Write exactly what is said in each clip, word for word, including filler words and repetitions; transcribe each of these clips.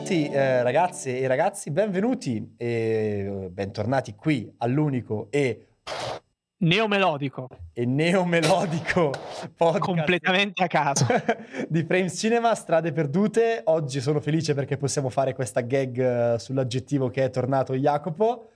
tutti eh, ragazze e ragazzi, benvenuti e bentornati qui all'unico e neomelodico e neomelodico podcast completamente a caso di Frames Cinema, Strade Perdute. Oggi sono felice perché possiamo fare questa gag eh, sull'aggettivo che è tornato Jacopo.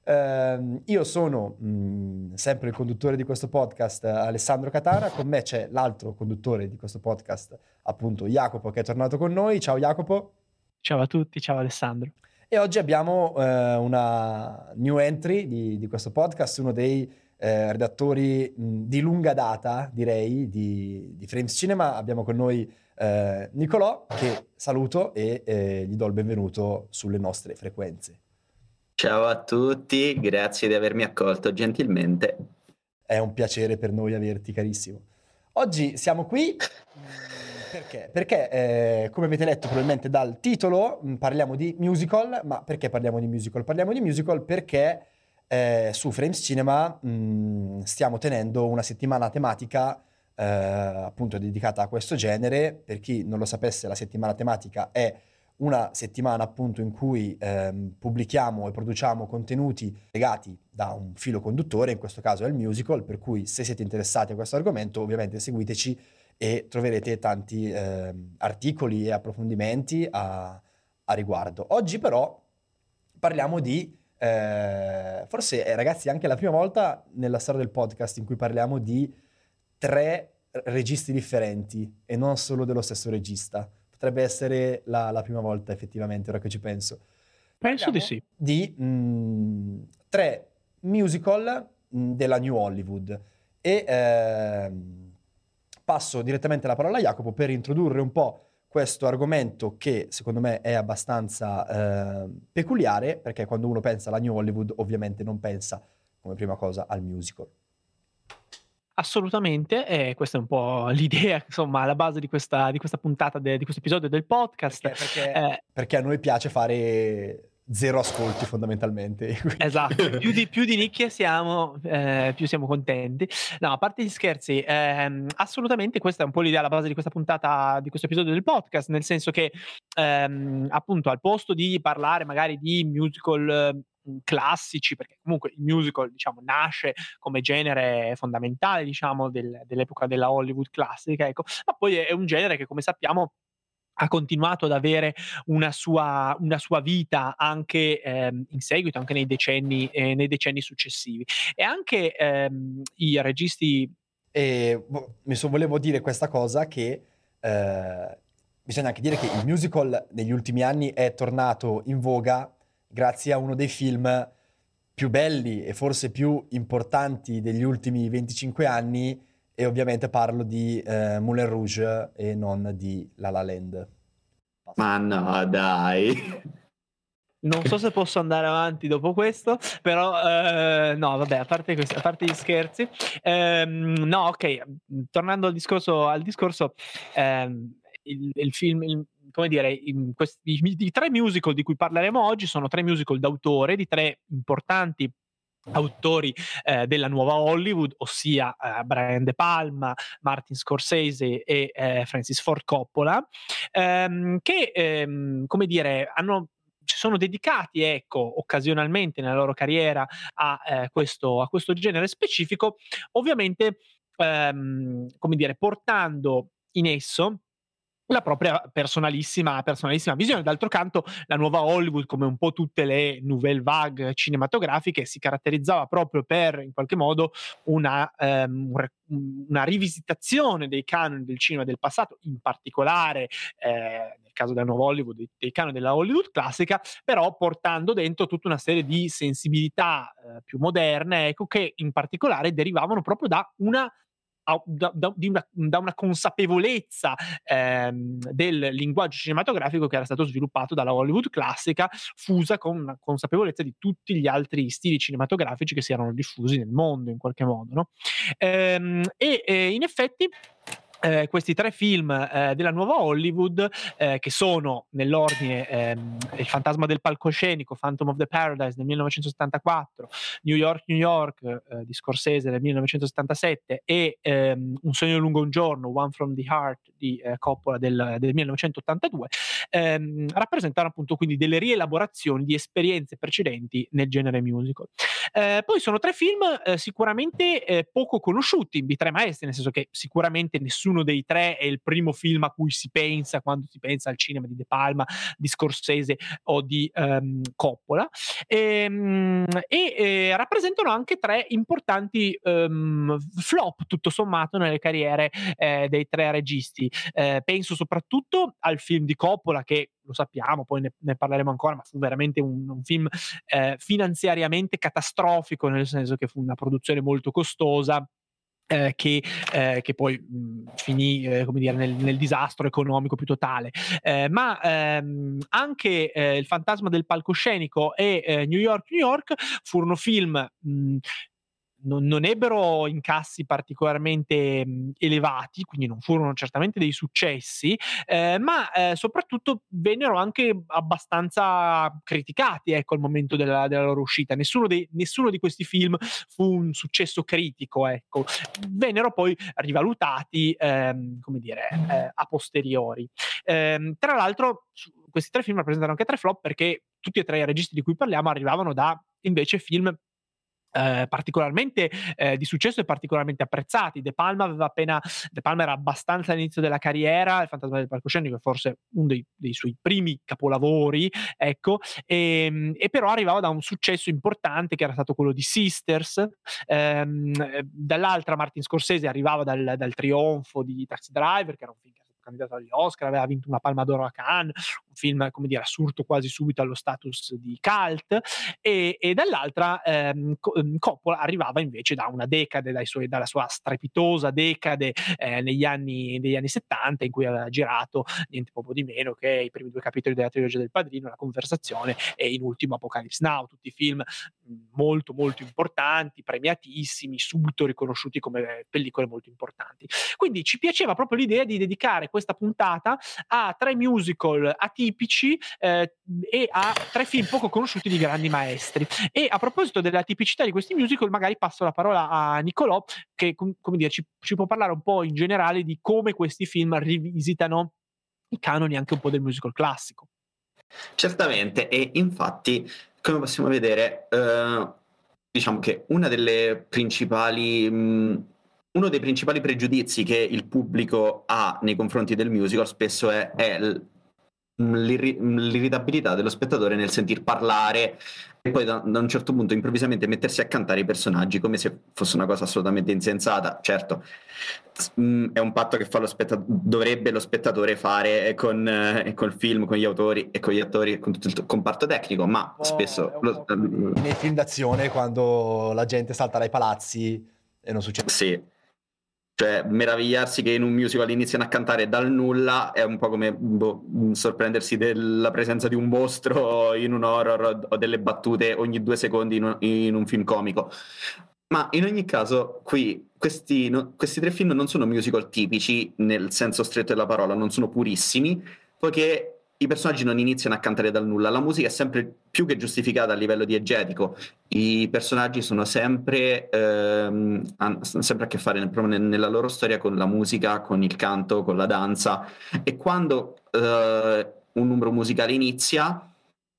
Eh, io sono mh, sempre il conduttore di questo podcast, Alessandro Catara. Con me c'è l'altro conduttore di questo podcast, appunto Jacopo, che è tornato con noi. Ciao Jacopo. Ciao a tutti, ciao Alessandro. E oggi abbiamo eh, una new entry di, di questo podcast, uno dei eh, redattori mh, di lunga data, direi, di, di Frames Cinema. Abbiamo con noi eh, Nicolò, che saluto e eh, gli do il benvenuto sulle nostre frequenze. Ciao a tutti, grazie di avermi accolto gentilmente. È un piacere per noi averti, carissimo. Oggi siamo qui... Perché? Perché, eh, come avete letto probabilmente dal titolo, mh, parliamo di musical. Ma perché parliamo di musical? Parliamo di musical perché eh, su Frames Cinema mh, stiamo tenendo una settimana tematica eh, appunto dedicata a questo genere. Per chi non lo sapesse, la settimana tematica è una settimana appunto in cui ehm, pubblichiamo e produciamo contenuti legati da un filo conduttore, in questo caso è il musical, per cui se siete interessati a questo argomento ovviamente seguiteci e troverete tanti eh, articoli e approfondimenti a, a riguardo. Oggi però parliamo di, eh, forse eh, ragazzi anche la prima volta nella storia del podcast in cui parliamo di tre registi differenti e non solo dello stesso regista. Potrebbe essere la, la prima volta effettivamente, ora che ci penso. Penso di sì. Di mh, tre musical mh, della New Hollywood. E... Ehm, passo direttamente la parola a Jacopo per introdurre un po' questo argomento che secondo me è abbastanza eh, peculiare, perché quando uno pensa alla New Hollywood ovviamente non pensa come prima cosa al musical. Assolutamente, e questa è un po' l'idea, insomma, alla base di questa, di questa puntata, de, di questo episodio del podcast. Perché, perché, eh, perché a noi piace fare zero ascolti fondamentalmente. Esatto, più di, più di nicchie siamo, eh, più siamo contenti. No, a parte gli scherzi, ehm, assolutamente questa è un po' l'idea alla base di questa puntata, di questo episodio del podcast, nel senso che ehm, appunto al posto di parlare magari di musical eh, classici, perché comunque il musical diciamo nasce come genere fondamentale diciamo del, dell'epoca della Hollywood classica, ecco, ma poi è un genere che come sappiamo ha continuato ad avere una sua, una sua vita anche ehm, in seguito, anche nei decenni, eh, nei decenni successivi. E anche ehm, i registi... E mi so, volevo dire questa cosa che eh, bisogna anche dire che il musical negli ultimi anni è tornato in voga grazie a uno dei film più belli e forse più importanti degli ultimi venticinque anni, e ovviamente parlo di eh, Moulin Rouge e non di La La Land. Ma no, dai. Non so se posso andare avanti dopo questo, però eh, no, vabbè, a parte, questo, a parte gli scherzi, ehm, no, ok, tornando al discorso, al discorso ehm, il, il film, il, come dire, in questi, i, i tre musical di cui parleremo oggi sono tre musical d'autore di tre importanti autori eh, della nuova Hollywood, ossia eh, Brian De Palma, Martin Scorsese e eh, Francis Ford Coppola, ehm, che ehm, come dire hanno ci sono dedicati, ecco, occasionalmente nella loro carriera a, eh, questo, a questo genere specifico, ovviamente, ehm, come dire, portando in esso la propria personalissima, personalissima visione. D'altro canto, la nuova Hollywood, come un po' tutte le nouvelle vague cinematografiche, si caratterizzava proprio per, in qualche modo, una, um, una rivisitazione dei canoni del cinema del passato, in particolare, eh, nel caso della nuova Hollywood, dei, dei canoni della Hollywood classica, però portando dentro tutta una serie di sensibilità eh, più moderne, ecco, che in particolare derivavano proprio da una Da, da, di una, da una consapevolezza ehm, del linguaggio cinematografico che era stato sviluppato dalla Hollywood classica, fusa con una consapevolezza di tutti gli altri stili cinematografici che si erano diffusi nel mondo in qualche modo, no? ehm, e, e in effetti Eh, questi tre film eh, della nuova Hollywood eh, che sono nell'ordine ehm, Il fantasma del palcoscenico, Phantom of the Paradise del millenovecentosettantaquattro, New York New York eh, di Scorsese del millenovecentosettantasette e ehm, Un sogno lungo un giorno, One from the Heart di eh, Coppola del, del millenovecentottantadue, ehm, rappresentano appunto quindi delle rielaborazioni di esperienze precedenti nel genere musical. Eh, poi sono tre film eh, sicuramente eh, poco conosciuti, i tre maestri, nel senso che sicuramente nessuno dei tre è il primo film a cui si pensa quando si pensa al cinema di De Palma, di Scorsese o di ehm, Coppola, e, e eh, rappresentano anche tre importanti ehm, flop tutto sommato nelle carriere eh, dei tre registi. Eh, penso soprattutto al film di Coppola, che lo sappiamo, poi ne, ne parleremo ancora, ma fu veramente un, un film eh, finanziariamente catastrofico, nel senso che fu una produzione molto costosa. Eh, che, eh, che poi mh, finì eh, come dire, nel, nel disastro economico più totale, eh, ma ehm, anche eh, Il fantasma del palcoscenico e eh, New York, New York furono film mh, non, non ebbero incassi particolarmente mh, elevati, quindi non furono certamente dei successi, eh, ma eh, soprattutto vennero anche abbastanza criticati, ecco, al momento della, della loro uscita. Nessuno, dei, nessuno di questi film fu un successo critico, ecco. Vennero poi rivalutati, ehm, come dire, eh, a posteriori. Ehm, tra l'altro, questi tre film rappresentano anche tre flop perché tutti e tre i registi di cui parliamo arrivavano da invece film Eh, particolarmente eh, di successo e particolarmente apprezzati. De Palma aveva appena De Palma era abbastanza all'inizio della carriera, Il fantasma del palcoscenico è forse uno dei, dei suoi primi capolavori, ecco, e, e però arrivava da un successo importante che era stato quello di Sisters. Ehm, dall'altra Martin Scorsese arrivava dal, dal trionfo di Taxi Driver, che era un film che era stato candidato agli Oscar, aveva vinto una Palma d'Oro a Cannes, un film, come dire, assurdo quasi subito allo status di cult, e, e dall'altra ehm, Coppola arrivava invece da una decade, dai suoi, dalla sua strepitosa decade eh, negli anni, negli anni settanta, in cui aveva girato niente poco di meno che i primi due capitoli della trilogia del Padrino, La Conversazione e in ultimo Apocalypse Now, tutti film molto molto importanti, premiatissimi, subito riconosciuti come pellicole molto importanti. Quindi ci piaceva proprio l'idea di dedicare questa puntata a tre musical atipici eh, e a tre film poco conosciuti di grandi maestri. E a proposito della tipicità di questi musical, magari passo la parola a Nicolò, che come dire, ci, ci può parlare un po' in generale di come questi film rivisitano i canoni anche un po' del musical classico. Certamente, e infatti, come possiamo vedere, eh, diciamo che una delle principali mh, uno dei principali pregiudizi che il pubblico ha nei confronti del musical spesso è, è l'irri- l'irritabilità dello spettatore nel sentir parlare e poi da, da un certo punto improvvisamente mettersi a cantare i personaggi come se fosse una cosa assolutamente insensata. Certo, mh, è un patto che fa lo spettatore, dovrebbe lo spettatore fare con, eh, col film, con gli autori e con gli attori e con tutto il comparto tecnico, ma spesso lo, nei film d'azione quando la gente salta dai palazzi e non succede. Sì. Cioè, meravigliarsi che in un musical iniziano a cantare dal nulla è un po' come boh, sorprendersi della presenza di un mostro in un horror o delle battute ogni due secondi in un, in un film comico. Ma in ogni caso, qui questi, no, questi tre film non sono musical tipici nel senso stretto della parola, non sono purissimi, poiché i personaggi non iniziano a cantare dal nulla, la musica è sempre più che giustificata a livello diegetico, i personaggi sono sempre, ehm, hanno sempre a che fare proprio nella loro storia con la musica, con il canto, con la danza, e quando eh, un numero musicale inizia,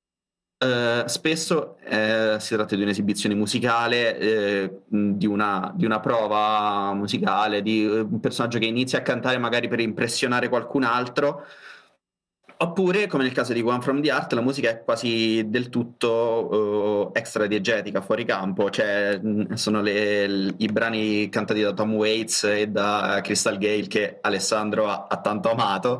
eh, spesso eh, si tratta di un'esibizione musicale, eh, di, una, di una prova musicale, di un personaggio che inizia a cantare magari per impressionare qualcun altro. Oppure, come nel caso di One From the Heart, la musica è quasi del tutto uh, extra diegetica, fuori campo, cioè mh, sono le, l, i brani cantati da Tom Waits e da Crystal Gale che Alessandro ha, ha tanto amato,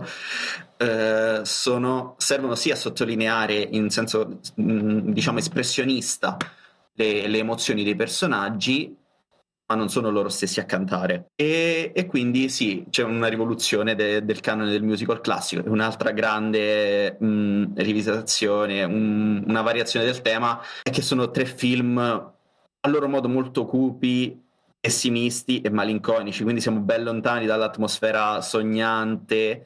uh, sono, servono sì a sottolineare in senso mh, diciamo espressionista le, le emozioni dei personaggi, ma non sono loro stessi a cantare. E, e quindi sì, c'è una rivoluzione de, del canone del musical classico, un'altra grande mh, rivisitazione, un, una variazione del tema è che sono tre film a loro modo molto cupi, pessimisti e malinconici, quindi siamo ben lontani dall'atmosfera sognante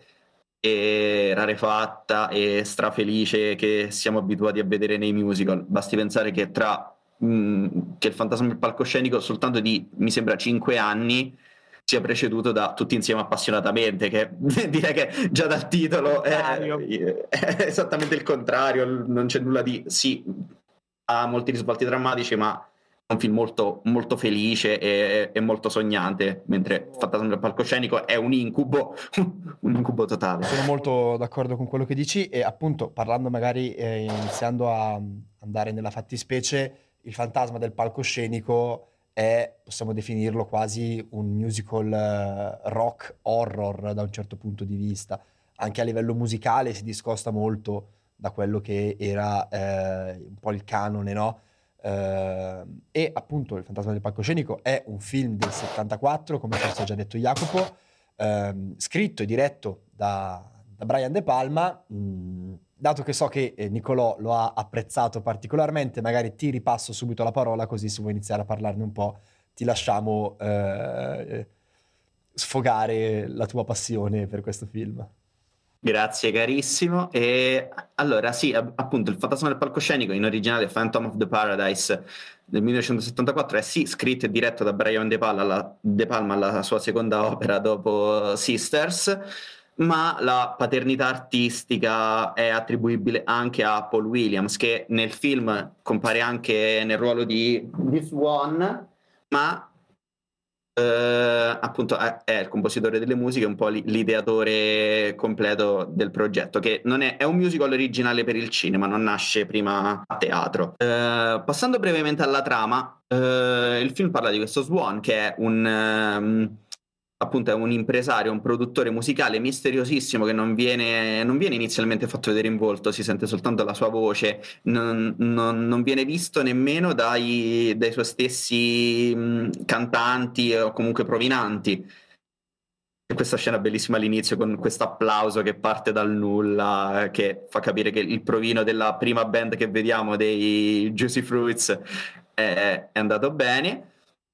e rarefatta e strafelice che siamo abituati a vedere nei musical. Basti pensare che tra che Il fantasma del palcoscenico soltanto di, mi sembra, cinque anni sia preceduto da Tutti insieme appassionatamente, che direi che già dal titolo è, è esattamente il contrario, non c'è nulla di... sì, ha molti risvolti drammatici, ma è un film molto, molto felice e, e molto sognante, mentre Fantasma del palcoscenico è un incubo, un incubo totale. Sono molto d'accordo con quello che dici e appunto parlando magari, eh, iniziando a andare nella fattispecie, il Fantasma del palcoscenico è, possiamo definirlo quasi un musical eh, rock horror da un certo punto di vista. Anche a livello musicale si discosta molto da quello che era eh, un po' il canone, no? Eh, e appunto il Fantasma del palcoscenico è un film del settantaquattro, come forse ha già detto Jacopo, ehm, scritto e diretto da, da Brian De Palma. Mh, dato che so che eh, Nicolò lo ha apprezzato particolarmente, magari ti ripasso subito la parola, così se vuoi iniziare a parlarne un po' ti lasciamo eh, sfogare la tua passione per questo film. Grazie carissimo. E allora sì, appunto il Fantasma del palcoscenico, in originale Phantom of the Paradise del millenovecentosettantaquattro, è sì scritto e diretto da Brian De Palma, la, De Palma, la sua seconda opera dopo Sisters, ma la paternità artistica è attribuibile anche a Paul Williams, che nel film compare anche nel ruolo di, di Swan, ma Uh, appunto è, è il compositore delle musiche, un po' l'ideatore completo del progetto, che non è, è un musical originale per il cinema, non nasce prima a teatro. Uh, passando brevemente alla trama, uh, il film parla di questo Swan che è un um, appunto è un impresario, un produttore musicale misteriosissimo che non viene, non viene inizialmente fatto vedere in volto, si sente soltanto la sua voce, non, non, non viene visto nemmeno dai, dai suoi stessi mh, cantanti o comunque provinanti. E questa scena bellissima all'inizio con questo applauso che parte dal nulla, che fa capire che il provino della prima band che vediamo, dei Juicy Fruits, è, è andato bene.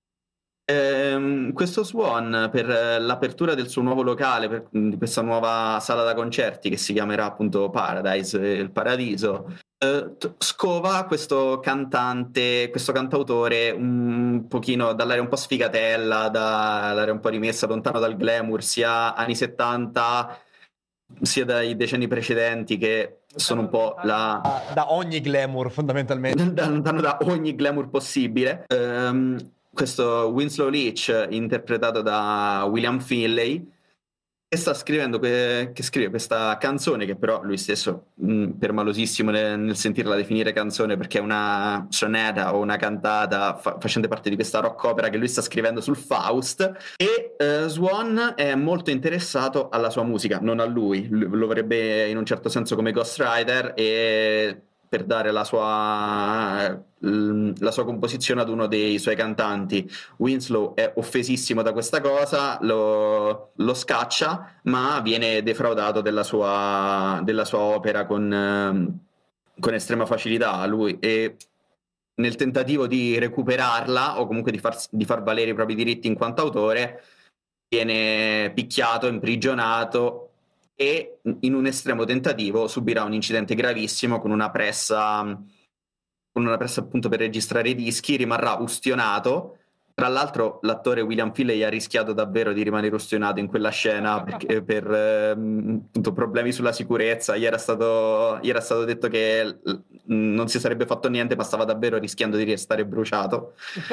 Ehm, questo Swan, per l'apertura del suo nuovo locale, per, di questa nuova sala da concerti che si chiamerà appunto Paradise, il paradiso, eh, scova questo cantante, questo cantautore un pochino dall'area un po' sfigatella, dall'area un po' rimessa lontano dal glamour, sia anni settanta sia dai decenni precedenti, che sono un po' la... Da, da ogni glamour fondamentalmente. lontano da ogni glamour possibile. Ehm, questo Winslow Leach, interpretato da William Finlay, che sta scrivendo que- che scrive questa canzone, che però lui stesso mh, permalosissimo nel, nel sentirla definire canzone, perché è una sonata o una cantata fa- facente parte di questa rock opera che lui sta scrivendo sul Faust. E uh, Swan è molto interessato alla sua musica, non a lui, L- lo vorrebbe in un certo senso come ghostwriter, e per dare la sua, la sua composizione ad uno dei suoi cantanti. Winslow è offesissimo da questa cosa, lo, lo scaccia, ma viene defraudato della sua, della sua opera con, con estrema facilità. Lui, e nel tentativo di recuperarla o comunque di far, di far valere i propri diritti in quanto autore, viene picchiato, imprigionato, e in un estremo tentativo subirà un incidente gravissimo con una pressa con una pressa appunto per registrare i dischi, rimarrà ustionato. Tra l'altro l'attore William Finlay ha rischiato davvero di rimanere ustionato in quella scena perché, per ehm, appunto, problemi sulla sicurezza. Gli era stato, gli era stato detto che non si sarebbe fatto niente, ma stava davvero rischiando di restare bruciato.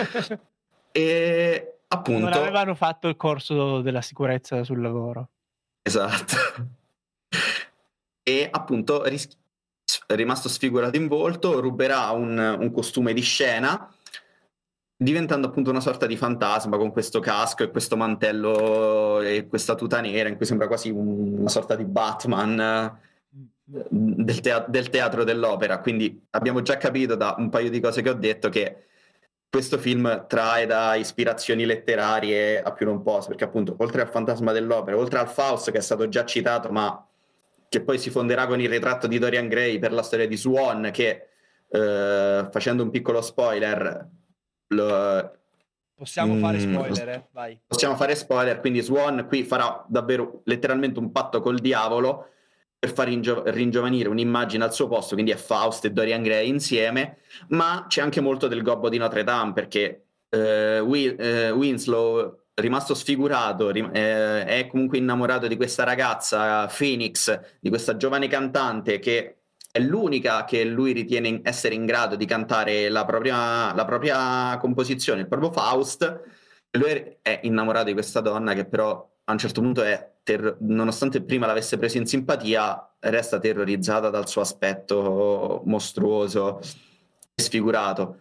E appunto non avevano fatto il corso della sicurezza sul lavoro. Esatto. E appunto ris- rimasto sfigurato in volto, ruberà un, un costume di scena, diventando appunto una sorta di fantasma con questo casco e questo mantello e questa tuta nera in cui sembra quasi un, una sorta di Batman del, teat- del teatro dell'opera. Quindi abbiamo già capito da un paio di cose che ho detto che questo film trae da ispirazioni letterarie a più non posso, perché appunto oltre al Fantasma dell'opera, oltre al Faust che è stato già citato, ma che poi si fonderà con il ritratto di Dorian Gray per la storia di Swan, che eh, facendo un piccolo spoiler lo, possiamo mm, fare spoiler, eh? Vai. Possiamo fare spoiler, quindi Swan qui farà davvero letteralmente un patto col diavolo per far ringio- ringiovanire un'immagine al suo posto, quindi è Faust e Dorian Gray insieme, ma c'è anche molto del gobbo di Notre Dame, perché eh, Will, eh, Winslow rimasto sfigurato, rim- eh, è comunque innamorato di questa ragazza Phoenix, di questa giovane cantante che è l'unica che lui ritiene in- essere in grado di cantare la propria, la propria composizione, il proprio Faust. Lui è innamorato di questa donna che però a un certo punto è, ter- nonostante prima l'avesse preso in simpatia, resta terrorizzata dal suo aspetto mostruoso e sfigurato.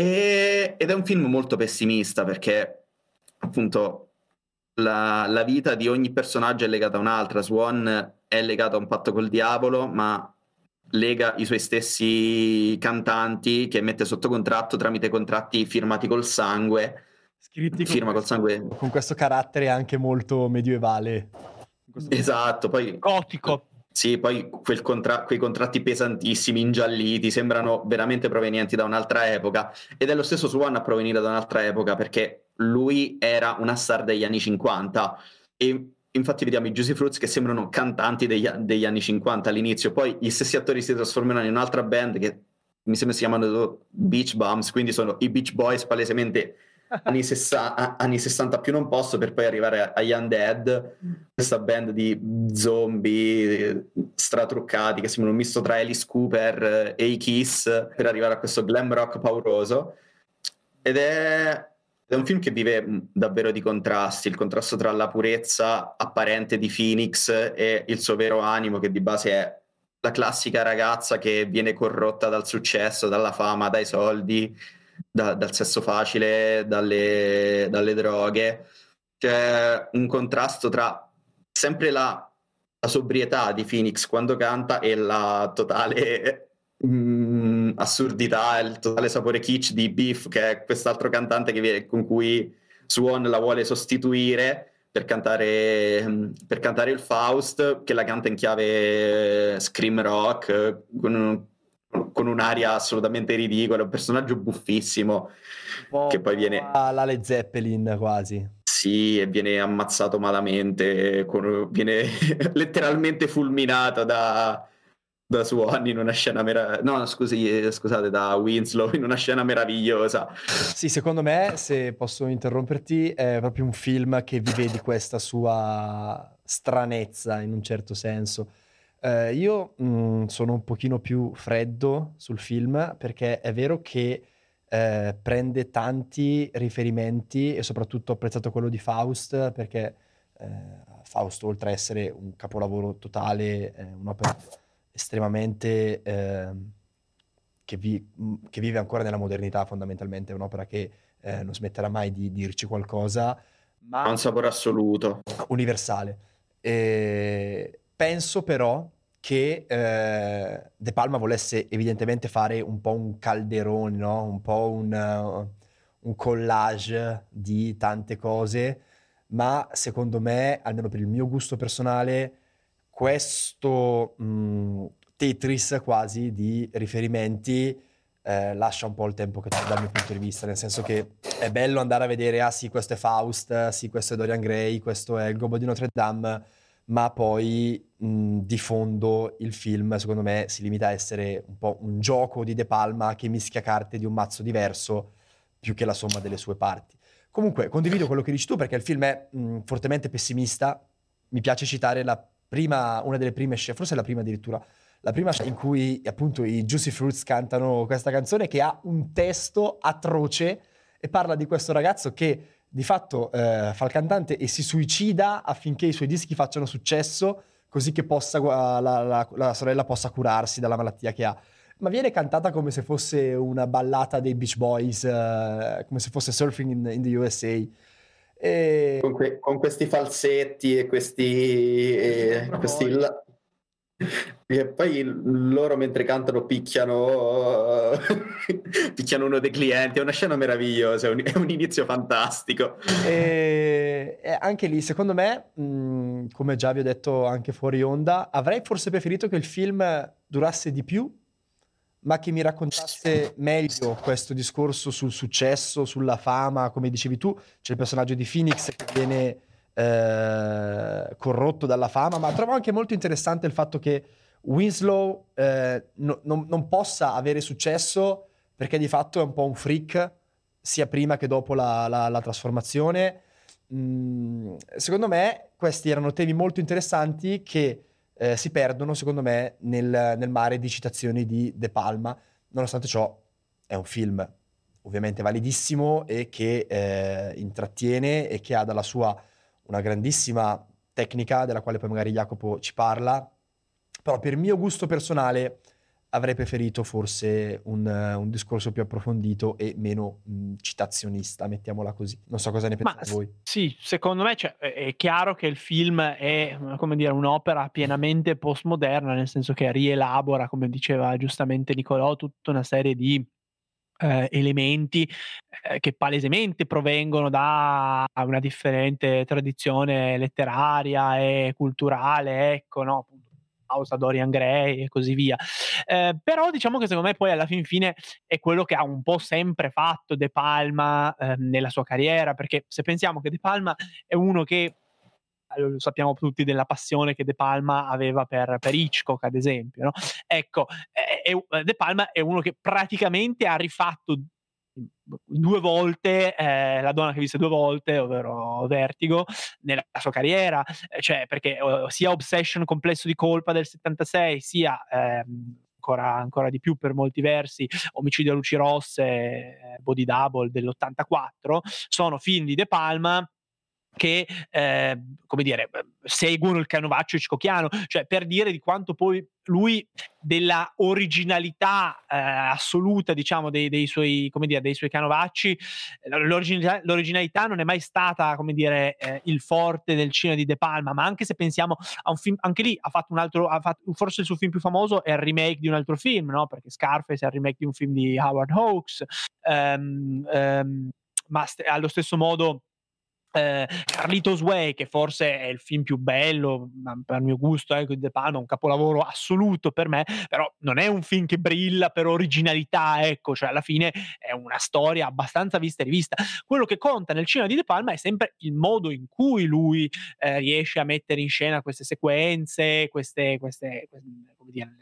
E- ed è un film molto pessimista perché appunto la, la vita di ogni personaggio è legata a un'altra. Swan è legato a un patto col diavolo, ma lega i suoi stessi cantanti che mette sotto contratto tramite contratti firmati col sangue. Scritti con Firma col questo, sangue. con questo carattere anche molto medievale. Esatto, poi Gotico. sì, poi quel contra- quei contratti pesantissimi, ingialliti, sembrano veramente provenienti da un'altra epoca. Ed è lo stesso Swan a provenire da un'altra epoca, perché lui era una star degli anni cinquanta. E infatti vediamo i Juicy Fruits che sembrano cantanti degli, degli anni cinquanta all'inizio. Poi gli stessi attori si trasformano in un'altra band che mi sembra si chiamano Beach Bums, quindi sono i Beach Boys palesemente anni, sessa- anni sessanta più non posso, per poi arrivare agli Undead, questa band di zombie stratruccati che sembrano un misto tra Alice Cooper e i Kiss, per arrivare a questo glam rock pauroso. Ed è, è un film che vive davvero di contrasti, il contrasto tra la purezza apparente di Phoenix e il suo vero animo, che di base è la classica ragazza che viene corrotta dal successo, dalla fama, dai soldi, da, dal sesso facile, dalle, dalle droghe. C'è un contrasto tra sempre la, la sobrietà di Phoenix quando canta e la totale mh, assurdità, il totale sapore kitsch di Beef, che è quest'altro cantante che viene, con cui Swan la vuole sostituire per cantare, per cantare il Faust, che la canta in chiave scream rock, con, con un'aria assolutamente ridicola, un personaggio buffissimo, Un po', che poi viene... alla Led Zeppelin quasi. Sì, e viene ammazzato malamente, con- viene letteralmente fulminato da, da Swan in una scena meravigliosa. No, scusi, scusate, da Winslow in una scena meravigliosa. Sì, secondo me, se posso interromperti, è proprio un film che vive di questa sua stranezza in un certo senso. Eh, io mh, sono un pochino più freddo sul film perché è vero che eh, prende tanti riferimenti e soprattutto ho apprezzato quello di Faust perché eh, Faust, oltre a essere un capolavoro totale, è un'opera estremamente eh, che, vi- mh, che vive ancora nella modernità, fondamentalmente è un'opera che eh, non smetterà mai di dirci qualcosa, Ha ma un sapore assoluto. universale. E penso però che eh, De Palma volesse evidentemente fare un po' un calderone, no? Un po' un, uh, un collage di tante cose, ma secondo me, almeno per il mio gusto personale, questo mh, Tetris quasi di riferimenti eh, lascia un po' il tempo che trova dal mio punto di vista, nel senso che è bello andare a vedere, ah sì, questo è Faust, sì, questo è Dorian Gray, questo è il Gobbo di Notre Dame, ma poi mh, di fondo il film, secondo me, si limita a essere un po' un gioco di De Palma che mischia carte di un mazzo diverso più che la somma delle sue parti. Comunque, condivido quello che dici tu perché il film è mh, fortemente pessimista. Mi piace citare la prima, una delle prime scene, forse la prima addirittura, la prima scena in cui appunto i Juicy Fruits cantano questa canzone che ha un testo atroce e parla di questo ragazzo che di fatto eh, fa il cantante e si suicida affinché i suoi dischi facciano successo così che possa, la, la- la sorella possa curarsi dalla malattia che ha. Ma viene cantata come se fosse una ballata dei Beach Boys, eh, come se fosse Surfing in, in the U S A. E... Con, que- con questi falsetti e questi... E questi la- e poi loro mentre cantano picchiano picchiano uno dei clienti, è una scena meravigliosa, è un, è un inizio fantastico. E, e anche lì, secondo me, mh, come già vi ho detto anche fuori onda, avrei forse preferito che il film durasse di più, ma che mi raccontasse meglio questo discorso sul successo, sulla fama, come dicevi tu, c'è il personaggio di Phoenix che viene eh, corrotto dalla fama, ma trovo anche molto interessante il fatto che Winslow eh, no- non, non possa avere successo perché di fatto è un po' un freak, sia prima che dopo la, la- la trasformazione. mh, secondo me questi erano temi molto interessanti che eh, si perdono, secondo me, nel, nel mare di citazioni di De Palma. Nonostante ciò, è un film ovviamente validissimo e che eh, intrattiene e che ha dalla sua una grandissima tecnica, della quale poi magari Jacopo ci parla, però per mio gusto personale avrei preferito forse un, uh, un discorso più approfondito e meno mh, citazionista, mettiamola così. Non so cosa ne Ma pensate voi. sì, secondo me cioè, è chiaro che il film è, come dire, un'opera pienamente postmoderna, nel senso che rielabora, come diceva giustamente Nicolò, tutta una serie di eh, elementi eh, che palesemente provengono da una differente tradizione letteraria e culturale, ecco, no? Appunto, Dorian Gray e così via. Eh, però diciamo che secondo me poi alla fin fine è quello che ha un po' sempre fatto De Palma eh, nella sua carriera, perché se pensiamo che De Palma è uno che lo sappiamo tutti della passione che De Palma aveva per, per Hitchcock, ad esempio, no? Ecco, è, è, De Palma è uno che praticamente ha rifatto due volte eh, La donna che visse due volte, ovvero Vertigo, nella sua carriera, eh, cioè perché eh, sia Obsession, Complesso di colpa del settantasei, sia ehm, ancora, ancora di più per molti versi Omicidio a luci rosse, eh, Body Double dell'ottantaquattro, sono film di De Palma che eh, come dire seguono il canovaccio hitchcockiano, cioè per dire di quanto poi lui della originalità eh, assoluta, diciamo, dei, dei suoi, come dire, dei suoi canovacci, l'originalità, l'originalità non è mai stata, come dire, eh, il forte del cinema di De Palma, ma anche se pensiamo a un film, anche lì ha fatto un altro, ha fatto, forse il suo film più famoso è il remake di un altro film, no? Perché Scarface è il remake di un film di Howard Hawks, um, um, ma st- allo stesso modo Eh, Carlitos Way, che forse è il film più bello per mio gusto, eh, di De Palma, un capolavoro assoluto per me, però non è un film che brilla per originalità, ecco, cioè alla fine è una storia abbastanza vista e rivista. Quello che conta nel cinema di De Palma è sempre il modo in cui lui eh, riesce a mettere in scena queste sequenze, queste, queste, queste come dire,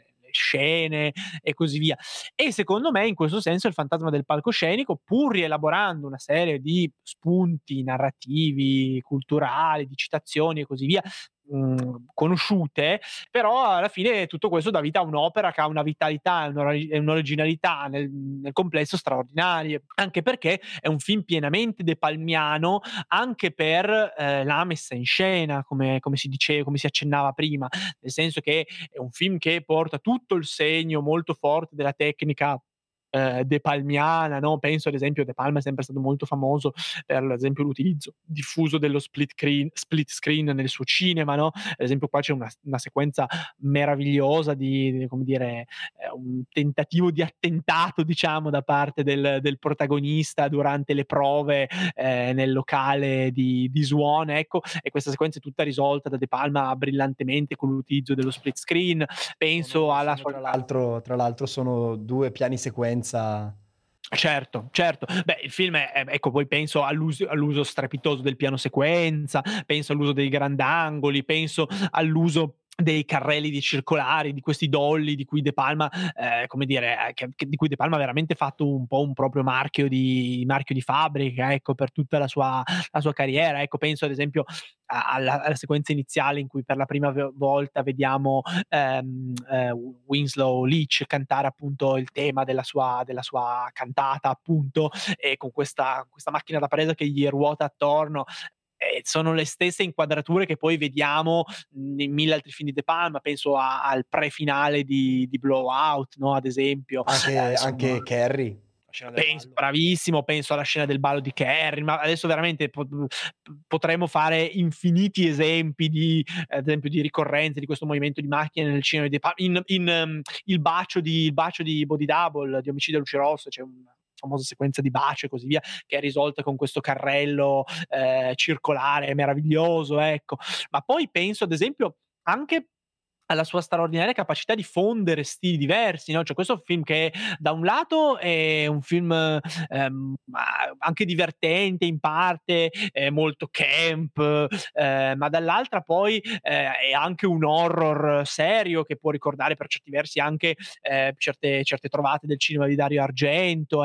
scene e così via. E secondo me in questo senso il fantasma del palcoscenico, pur rielaborando una serie di spunti narrativi, culturali, di citazioni e così via, mh, conosciute, però alla fine tutto questo dà vita a un'opera che ha una vitalità e un'originalità nel, nel complesso straordinarie, anche perché è un film pienamente depalmiano, anche per eh, la messa in scena, come, come si diceva, come si accennava prima, nel senso che è un film che porta tutto il segno molto forte della tecnica eh, depalmiana, no? Penso ad esempio De Palma è sempre stato molto famoso per ad esempio l'utilizzo diffuso dello split screen, split screen nel suo cinema, no? Ad esempio qua c'è una, una sequenza meravigliosa di, di come dire, eh, un tentativo di attentato, diciamo, da parte del, del protagonista durante le prove eh, nel locale di, di Swan, ecco, e questa sequenza è tutta risolta da De Palma brillantemente con l'utilizzo dello split screen. Penso Sono- alla sono, sua... tra l'altro, tra l'altro sono due piani sequenza. Certo, certo. Beh, il film è, ecco, poi penso all'uso, all'uso strepitoso del piano sequenza, penso all'uso dei grandangoli, penso all'uso dei carrelli di circolari, di questi dolly di cui De Palma, eh, come dire, eh, che, che, di cui De Palma ha veramente fatto un po' un proprio marchio di, marchio di fabbrica, ecco, per tutta la sua, la sua carriera. Ecco, penso ad esempio alla, alla sequenza iniziale in cui per la prima volta vediamo ehm, eh, Winslow Leach cantare appunto il tema della sua, della sua cantata, appunto, e con questa, questa macchina da presa che gli ruota attorno. Eh, sono le stesse inquadrature che poi vediamo in mille altri film di De Palma, penso a, al pre-finale di, di Blowout, no? Ad esempio. Anche, Eh, anche sono, Carrie. penso, bravissimo, penso alla scena del ballo di Carrie, ma adesso veramente po- potremmo fare infiniti esempi di, ad esempio, di ricorrenze di questo movimento di macchine nel cinema di De Palma. In, in um, il, bacio di, il bacio di Body Double, di Omicidio a luci rosse, c'è una famosa sequenza di bacio e così via, che è risolta con questo carrello eh, circolare meraviglioso, ecco. Ma poi penso, ad esempio, anche alla sua straordinaria capacità di fondere stili diversi, no? Cioè questo è un film che da un lato è un film ehm, anche divertente in parte, è molto camp, eh, ma dall'altra poi eh, è anche un horror serio che può ricordare per certi versi anche eh, certe, certe trovate del cinema di Dario Argento, ecco.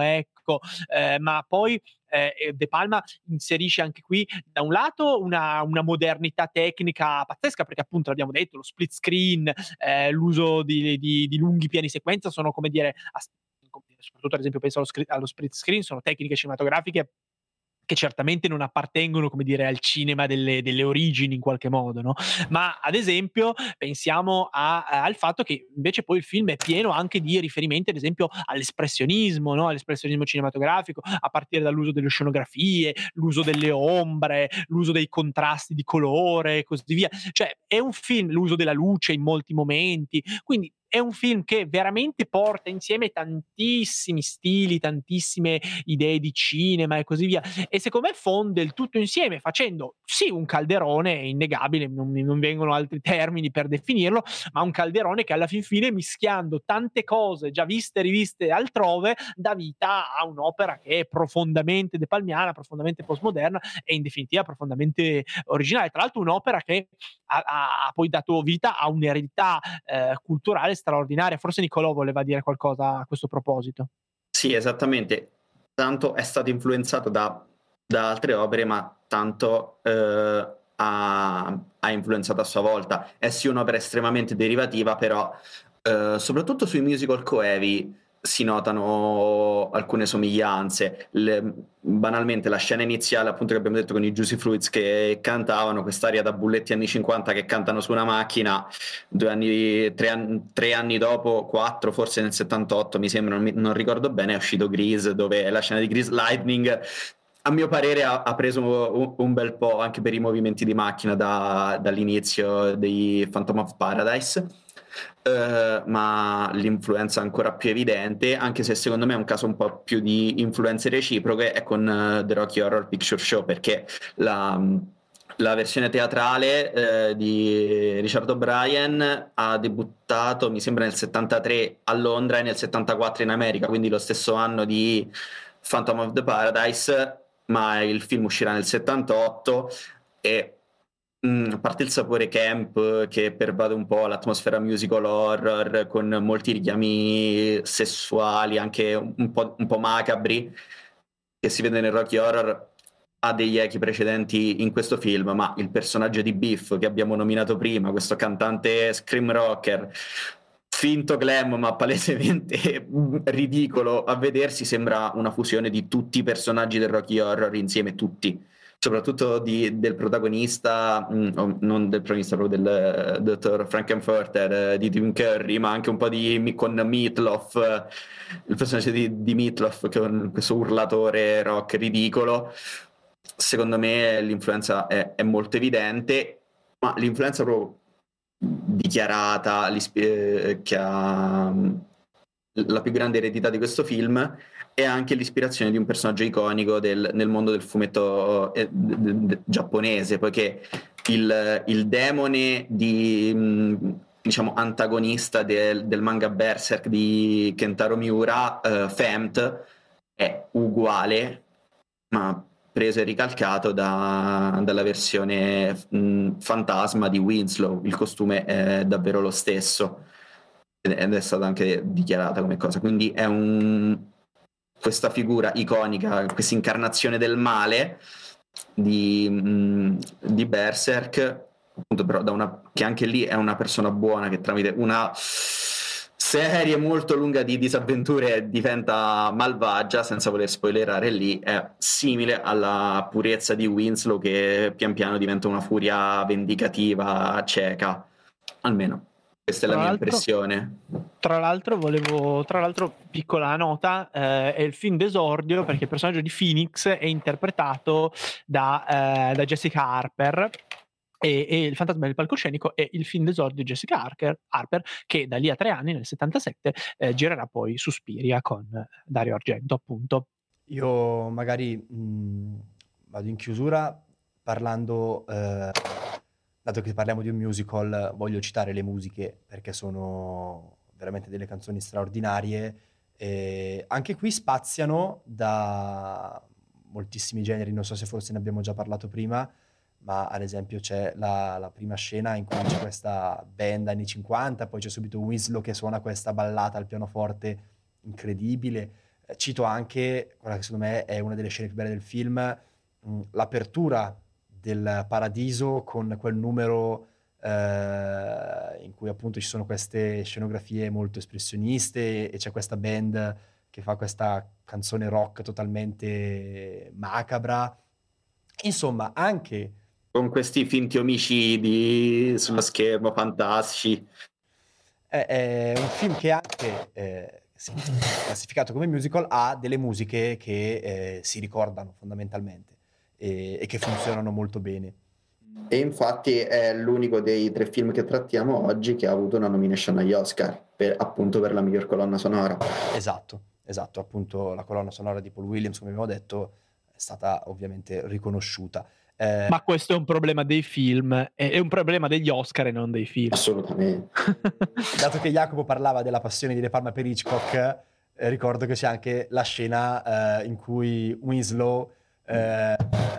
cinematografico, eh, ma poi eh, De Palma inserisce anche qui da un lato una, una modernità tecnica pazzesca, perché appunto l'abbiamo detto, lo split screen, eh, l'uso di, di, di lunghi piani sequenza sono, come dire, as- soprattutto ad esempio penso allo, scri- allo split screen, sono tecniche cinematografiche che certamente non appartengono, come dire, al cinema delle, delle origini in qualche modo, no? Ma ad esempio pensiamo a, a, al fatto che invece poi il film è pieno anche di riferimenti, ad esempio, all'espressionismo, no? All'espressionismo cinematografico, a partire dall'uso delle scenografie, l'uso delle ombre, l'uso dei contrasti di colore e così via. Cioè è un film, l'uso della luce in molti momenti, quindi è un film che veramente porta insieme tantissimi stili, tantissime idee di cinema e così via, e secondo me fonde il tutto insieme facendo sì un calderone innegabile, non, non vengono altri termini per definirlo, ma un calderone che alla fin fine, mischiando tante cose già viste e riviste altrove, dà vita a un'opera che è profondamente depalmiana, profondamente postmoderna e in definitiva profondamente originale. Tra l'altro un'opera che ha, ha poi dato vita a un'eredità eh, culturale straordinaria. Forse Nicolò voleva dire qualcosa a questo proposito. Sì, esattamente. Tanto è stato influenzato da, da altre opere, ma tanto eh, ha, ha influenzato a sua volta. È sì un'opera estremamente derivativa, però eh, soprattutto sui musical coevi si notano alcune somiglianze. Le, banalmente la scena iniziale, appunto, che abbiamo detto con i Juicy Fruits che cantavano quest'aria da bulletti anni cinquanta che cantano su una macchina, due anni, tre, anni, tre anni dopo, quattro, forse nel settantotto, mi sembra, non, mi, non ricordo bene, è uscito Grease, dove è la scena di Grease Lightning. A mio parere ha, ha preso un, un bel po' anche per i movimenti di macchina da, dall'inizio dei Phantom of Paradise. Uh, ma l'influenza ancora più evidente, anche se secondo me è un caso un po' più di influenze reciproche, è con uh, The Rocky Horror Picture Show, perché la, la versione teatrale uh, di Richard O'Brien ha debuttato, mi sembra, nel settantatré a Londra e nel settantaquattro in America, quindi lo stesso anno di Phantom of the Paradise, ma il film uscirà nel settantotto e Mm, a parte il sapore camp che pervade un po' l'atmosfera musical horror con molti richiami sessuali, anche un po', un po' macabri, che si vede nel Rocky Horror, ha degli echi precedenti in questo film, ma il personaggio di Biff che abbiamo nominato prima, questo cantante scream rocker, finto glam ma palesemente ridicolo a vedersi, sembra una fusione di tutti i personaggi del Rocky Horror insieme, tutti, soprattutto di, del protagonista, mh, non del protagonista, proprio del uh, dottor Frankenfurter, uh, di Tim Curry, ma anche un po' di con Meatloaf, uh, il personaggio di, di Meatloaf, con questo urlatore rock ridicolo. Secondo me l'influenza è, è molto evidente, ma l'influenza proprio dichiarata, eh, che ha la più grande eredità di questo film è anche l'ispirazione di un personaggio iconico del, nel mondo del fumetto eh, de, de, de, giapponese, poiché il, il demone di, mh, diciamo, antagonista del, del manga Berserk di Kentaro Miura, eh, Fempt, è uguale, ma preso e ricalcato da, dalla versione mh, fantasma di Winslow. Il costume è davvero lo stesso ed è stata anche dichiarata come cosa, quindi è un questa figura iconica, questa incarnazione del male di, mh, di Berserk, appunto, però da una, che anche lì è una persona buona che tramite una serie molto lunga di disavventure diventa malvagia, senza voler spoilerare. Lì è simile alla purezza di Winslow che pian piano diventa una furia vendicativa cieca, almeno questa è Tra la mia l'altro, impressione. Tra l'altro, volevo, tra l'altro, piccola nota, eh, è il film d'esordio perché il personaggio di Phoenix è interpretato da, eh, da Jessica Harper. E, e il fantasma del palcoscenico è il film d'esordio di Jessica Harper, Harper che da lì a tre anni, nel settantasette, eh, girerà poi Suspiria con Dario Argento, appunto. Io magari mh, vado in chiusura parlando, eh, dato che parliamo di un musical, voglio citare le musiche perché sono veramente delle canzoni straordinarie. E anche qui spaziano da moltissimi generi, non so se forse ne abbiamo già parlato prima, ma ad esempio c'è la, la prima scena in cui c'è questa band anni cinquanta, poi c'è subito Winslow che suona questa ballata al pianoforte incredibile. Eh, cito anche quella che secondo me è una delle scene più belle del film, mh, l'apertura del paradiso con quel numero eh, in cui appunto ci sono queste scenografie molto espressioniste e c'è questa band che fa questa canzone rock totalmente macabra. Insomma, anche Con questi finti omicidi sullo schermo, fantastici. è, è un film che anche eh, si- classificato come musical ha delle musiche che eh, si ricordano fondamentalmente e, e che funzionano molto bene. E infatti è l'unico dei tre film che trattiamo oggi che ha avuto una nomination agli Oscar, per, appunto per la miglior colonna sonora. Esatto, esatto, appunto la colonna sonora di Paul Williams, come abbiamo detto, è stata ovviamente riconosciuta. Eh, Ma questo è un problema dei film, è, è un problema degli Oscar e non dei film. Assolutamente. dato che Jacopo parlava della passione di De Palma per Hitchcock, eh, ricordo che c'è anche la scena eh, in cui Winslow eh,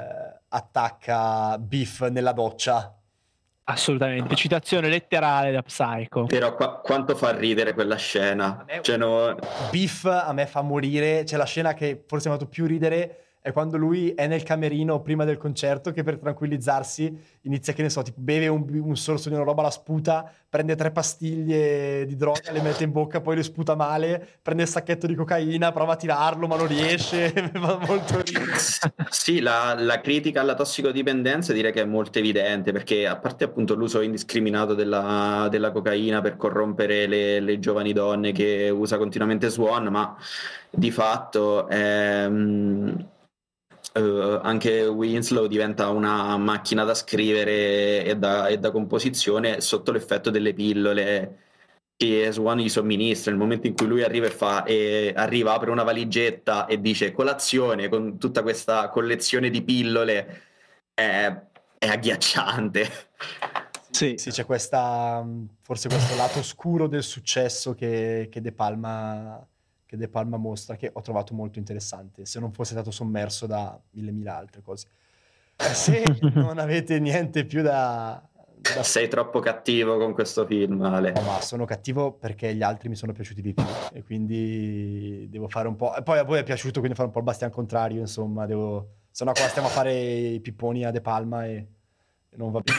attacca Biff nella doccia. Assolutamente, citazione letterale da Psycho. Però qua, quanto fa ridere quella scena. Cioè, no... Biff a me fa morire. C'è la scena che forse mi ha fatto più ridere, è quando lui è nel camerino prima del concerto che per tranquillizzarsi inizia, che ne so, tipo beve un, un sorso di una roba, la sputa, prende tre pastiglie di droga, le mette in bocca, poi le sputa male, prende il sacchetto di cocaina, prova a tirarlo ma non riesce. Mi fa molto ridere. Sì, la, la critica alla tossicodipendenza direi che è molto evidente, perché a parte appunto l'uso indiscriminato della, della cocaina per corrompere le, le giovani donne che usa continuamente Swan, ma di fatto ehm, Uh, anche Winslow diventa una macchina da scrivere e da, e da composizione sotto l'effetto delle pillole che Swan gli somministra. Nel momento in cui lui arriva e fa e arriva, apre una valigetta e dice colazione con tutta questa collezione di pillole, è, è agghiacciante. Sì. Sì, c'è questa, forse questo lato oscuro del successo che, che De Palma che De Palma mostra, che ho trovato molto interessante, se non fosse stato sommerso da mille mila altre cose. Se non avete niente più da, da... Sei troppo cattivo con questo film, Ale. No, ma sono cattivo perché gli altri mi sono piaciuti di più e quindi devo fare un po'... E poi a voi è piaciuto, quindi fare un po' il bastian contrario, insomma, devo... Se no qua stiamo a fare i pipponi a De Palma e, e non va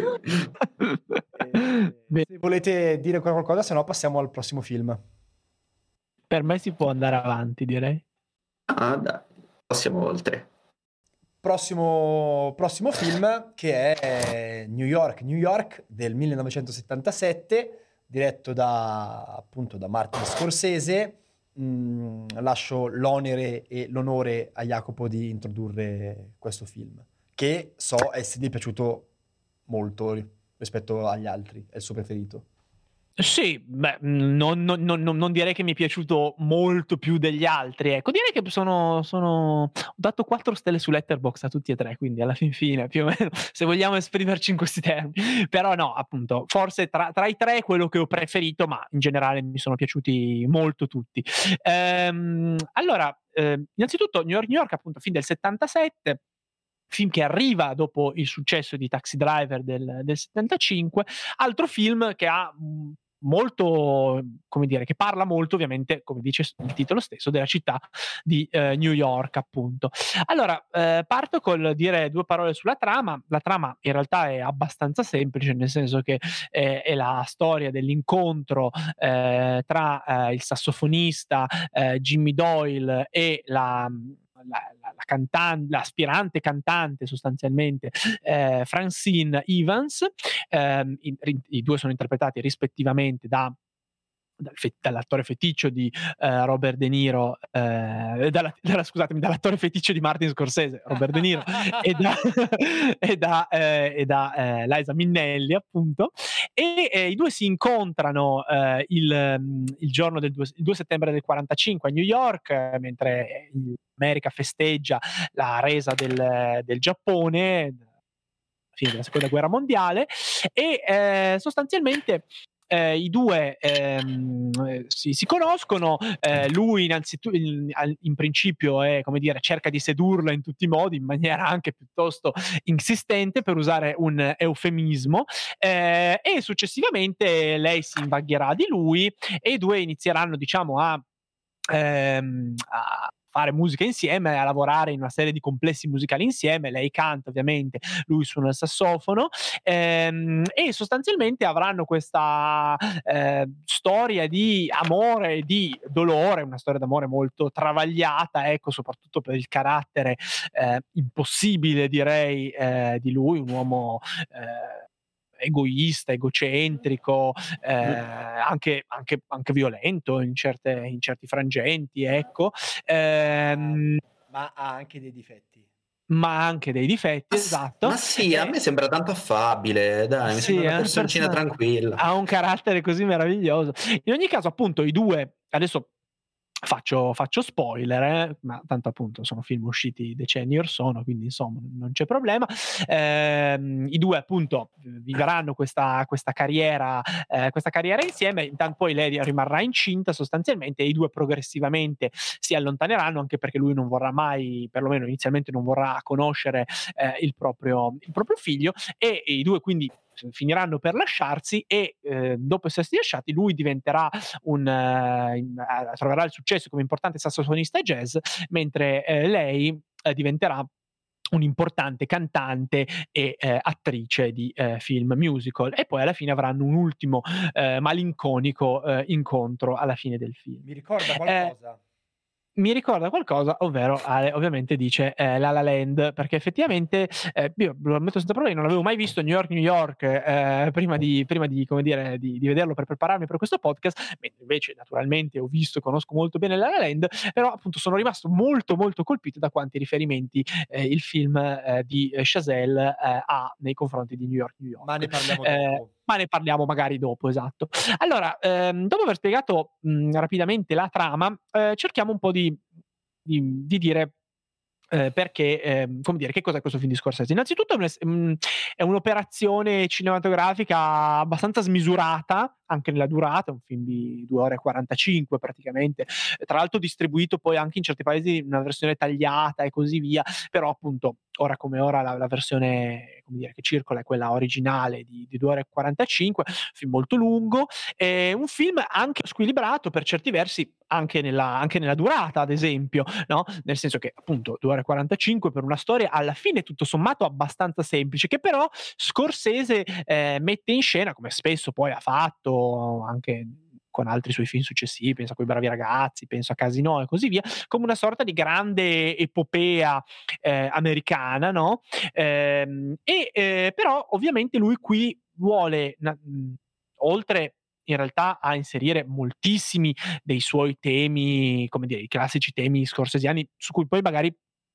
bene. e, se volete dire qualcosa, se no passiamo al prossimo film. Per me si può andare avanti, direi. Ah, dai, passiamo oltre. Prossimo, prossimo film, che è New York, New York del millenovecentosettantasette, diretto da appunto da Martin Scorsese. Mm, lascio l'onere e l'onore a Jacopo di introdurre questo film, che so essergli piaciuto molto rispetto agli altri, è il suo preferito. Sì, beh, non, non, non, non direi che mi è piaciuto molto più degli altri, ecco, direi che sono, sono... ho dato quattro stelle su Letterboxd a tutti e tre, quindi alla fin fine, più o meno, se vogliamo esprimerci in questi termini, però no, appunto, forse tra, tra i tre è quello che ho preferito, ma in generale mi sono piaciuti molto tutti. Ehm, allora, eh, innanzitutto New York, New York, appunto, film del settantasette, film che arriva dopo il successo di Taxi Driver del, del settantacinque, altro film che ha mh, molto, come dire, che parla molto, ovviamente, come dice il titolo stesso, della città di eh, New York, appunto. Allora, eh, parto col dire due parole sulla trama. La trama in realtà è abbastanza semplice, nel senso che eh, è la storia dell'incontro eh, tra eh, il sassofonista eh, Jimmy Doyle e la La, la, la cantante, l'aspirante cantante sostanzialmente eh, Francine Evans. Eh, i, i due sono interpretati rispettivamente da Dal fe- dall'attore feticcio di uh, Robert De Niro, uh, dalla, dalla, scusatemi, dall'attore feticcio di Martin Scorsese, Robert De Niro, e da, e da, uh, e da uh, Liza Minnelli, appunto, e uh, i due si incontrano uh, il, um, il giorno del due, il due settembre del quarantacinque a New York, uh, mentre l'America festeggia la resa del, del Giappone, fine della seconda guerra mondiale, e uh, sostanzialmente Eh, i due ehm, si, si conoscono, eh, lui innanzitutto in, in principio è, come dire, cerca di sedurla in tutti i modi, in maniera anche piuttosto insistente, per usare un eufemismo, eh, e successivamente lei si invaghierà di lui e i due inizieranno, diciamo, a ehm, a fare musica insieme, a lavorare in una serie di complessi musicali insieme. Lei canta ovviamente, lui suona il sassofono, ehm, e sostanzialmente avranno questa eh, storia di amore e di dolore, una storia d'amore molto travagliata, ecco, soprattutto per il carattere eh, impossibile, direi, eh, di lui, un uomo eh, egoista, egocentrico, eh, anche, anche, anche violento in, certe, in certi frangenti, ecco. Ehm, ma ha anche dei difetti. ma anche dei difetti, Ma, s- esatto. ma sì, a E- me sembra tanto affabile, dai, mi sì, sembra è una una personcina persona- tranquilla. ha un carattere così meraviglioso. In ogni caso, appunto, i due, adesso faccio, faccio spoiler, eh, ma tanto appunto sono film usciti decenni or sono, quindi insomma non c'è problema. Ehm, I due appunto vivranno questa, questa carriera, eh, questa carriera insieme, intanto poi lei rimarrà incinta sostanzialmente, e i due progressivamente si allontaneranno, anche perché lui non vorrà mai, perlomeno inizialmente non vorrà conoscere eh, il, proprio, il proprio figlio, e, e i due quindi finiranno per lasciarsi, e eh, dopo essersi lasciati lui diventerà un uh, troverà il successo come importante sassofonista jazz, mentre eh, lei eh, diventerà un'importante cantante e eh, attrice di eh, film musical, e poi alla fine avranno un ultimo eh, malinconico eh, incontro alla fine del film. Mi ricorda Eh, qualcosa? mi ricorda qualcosa, ovvero Ale ovviamente dice eh, La La Land, perché effettivamente eh, io lo ammetto senza problemi, non avevo mai visto New York New York eh, prima di prima di come dire di, di vederlo per prepararmi per questo podcast, mentre invece naturalmente ho visto e conosco molto bene La La Land, però appunto sono rimasto molto molto colpito da quanti riferimenti eh, il film eh, di Chazelle eh, ha nei confronti di New York New York. Ma ne parliamo Eh, dopo. ma ne parliamo magari dopo, esatto. Allora, ehm, dopo aver spiegato mh, rapidamente la trama, eh, cerchiamo un po' di, di, di dire eh, perché, ehm, come dire, che cos'è questo film di Scorsese? Innanzitutto è, un, mh, è un'operazione cinematografica abbastanza smisurata, anche nella durata, un film di due ore e quarantacinque praticamente, tra l'altro distribuito poi anche in certi paesi in una versione tagliata e così via, però appunto ora come ora la, la versione, come dire, che circola è quella originale di, di due ore e quarantacinque, film molto lungo, è un film anche squilibrato per certi versi, anche nella, anche nella durata, ad esempio, no? Nel senso che appunto due ore e quarantacinque per una storia alla fine tutto sommato abbastanza semplice, che però Scorsese eh, mette in scena, come spesso poi ha fatto anche con altri suoi film successivi, penso a Quei bravi ragazzi, penso a Casino e così via, come una sorta di grande epopea eh, americana, no? Ehm, e eh, però ovviamente lui qui vuole, na- mh, oltre in realtà a inserire moltissimi dei suoi temi, come dire, i classici temi scorsesiani, su cui poi magari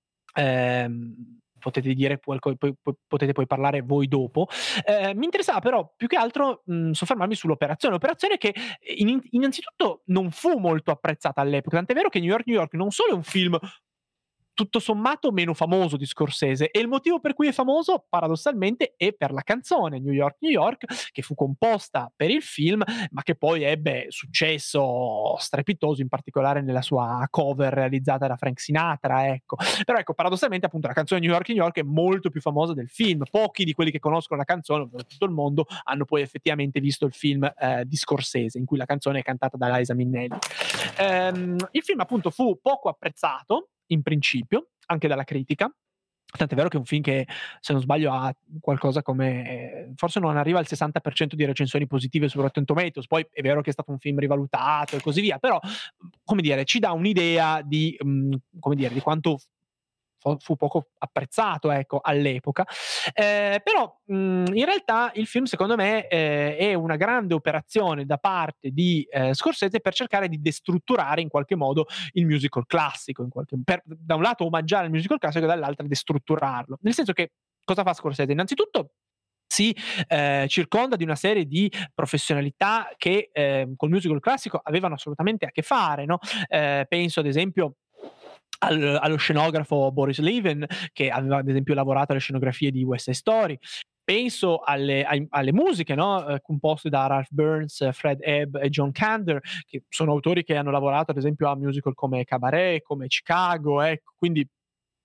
ehm, potete dire qualco- poi, poi- potete poi parlare voi dopo. Eh, mi interessava però più che altro mh, soffermarmi sull'operazione, operazione che in- innanzitutto non fu molto apprezzata all'epoca, tant'è vero che New York New York non solo è un film tutto sommato meno famoso di Scorsese, e il motivo per cui è famoso paradossalmente è per la canzone New York New York, che fu composta per il film ma che poi ebbe successo strepitoso, in particolare nella sua cover realizzata da Frank Sinatra, ecco. Però ecco, paradossalmente appunto la canzone New York New York è molto più famosa del film. Pochi di quelli che conoscono la canzone, ovvero tutto il mondo, hanno poi effettivamente visto il film eh, di Scorsese in cui la canzone è cantata da Liza Minnelli. Ehm, il film appunto fu poco apprezzato in principio, anche dalla critica. Tant'è vero che è un film che, se non sbaglio, ha qualcosa come, eh, forse non arriva al sessanta per cento di recensioni positive su Rotten Tomatoes. Poi è vero che è stato un film rivalutato e così via, però, come dire, ci dà un'idea di, mh, come dire, di quanto fu fu poco apprezzato, ecco, all'epoca. Eh, però mh, in realtà il film secondo me eh, è una grande operazione da parte di eh, Scorsese per cercare di destrutturare in qualche modo il musical classico, in qualche, per, da un lato omaggiare il musical classico e dall'altro destrutturarlo. Nel senso che cosa fa Scorsese? Innanzitutto si eh, circonda di una serie di professionalità che eh, col musical classico avevano assolutamente a che fare, no? Eh, penso ad esempio al, allo scenografo Boris Levin, che aveva ad esempio lavorato alle scenografie di West Side Story. Penso alle, ai, alle musiche, no? eh, composte da Ralph Burns, Fred Ebb e John Kander, che sono autori che hanno lavorato ad esempio a musical come Cabaret, come Chicago, ecco, quindi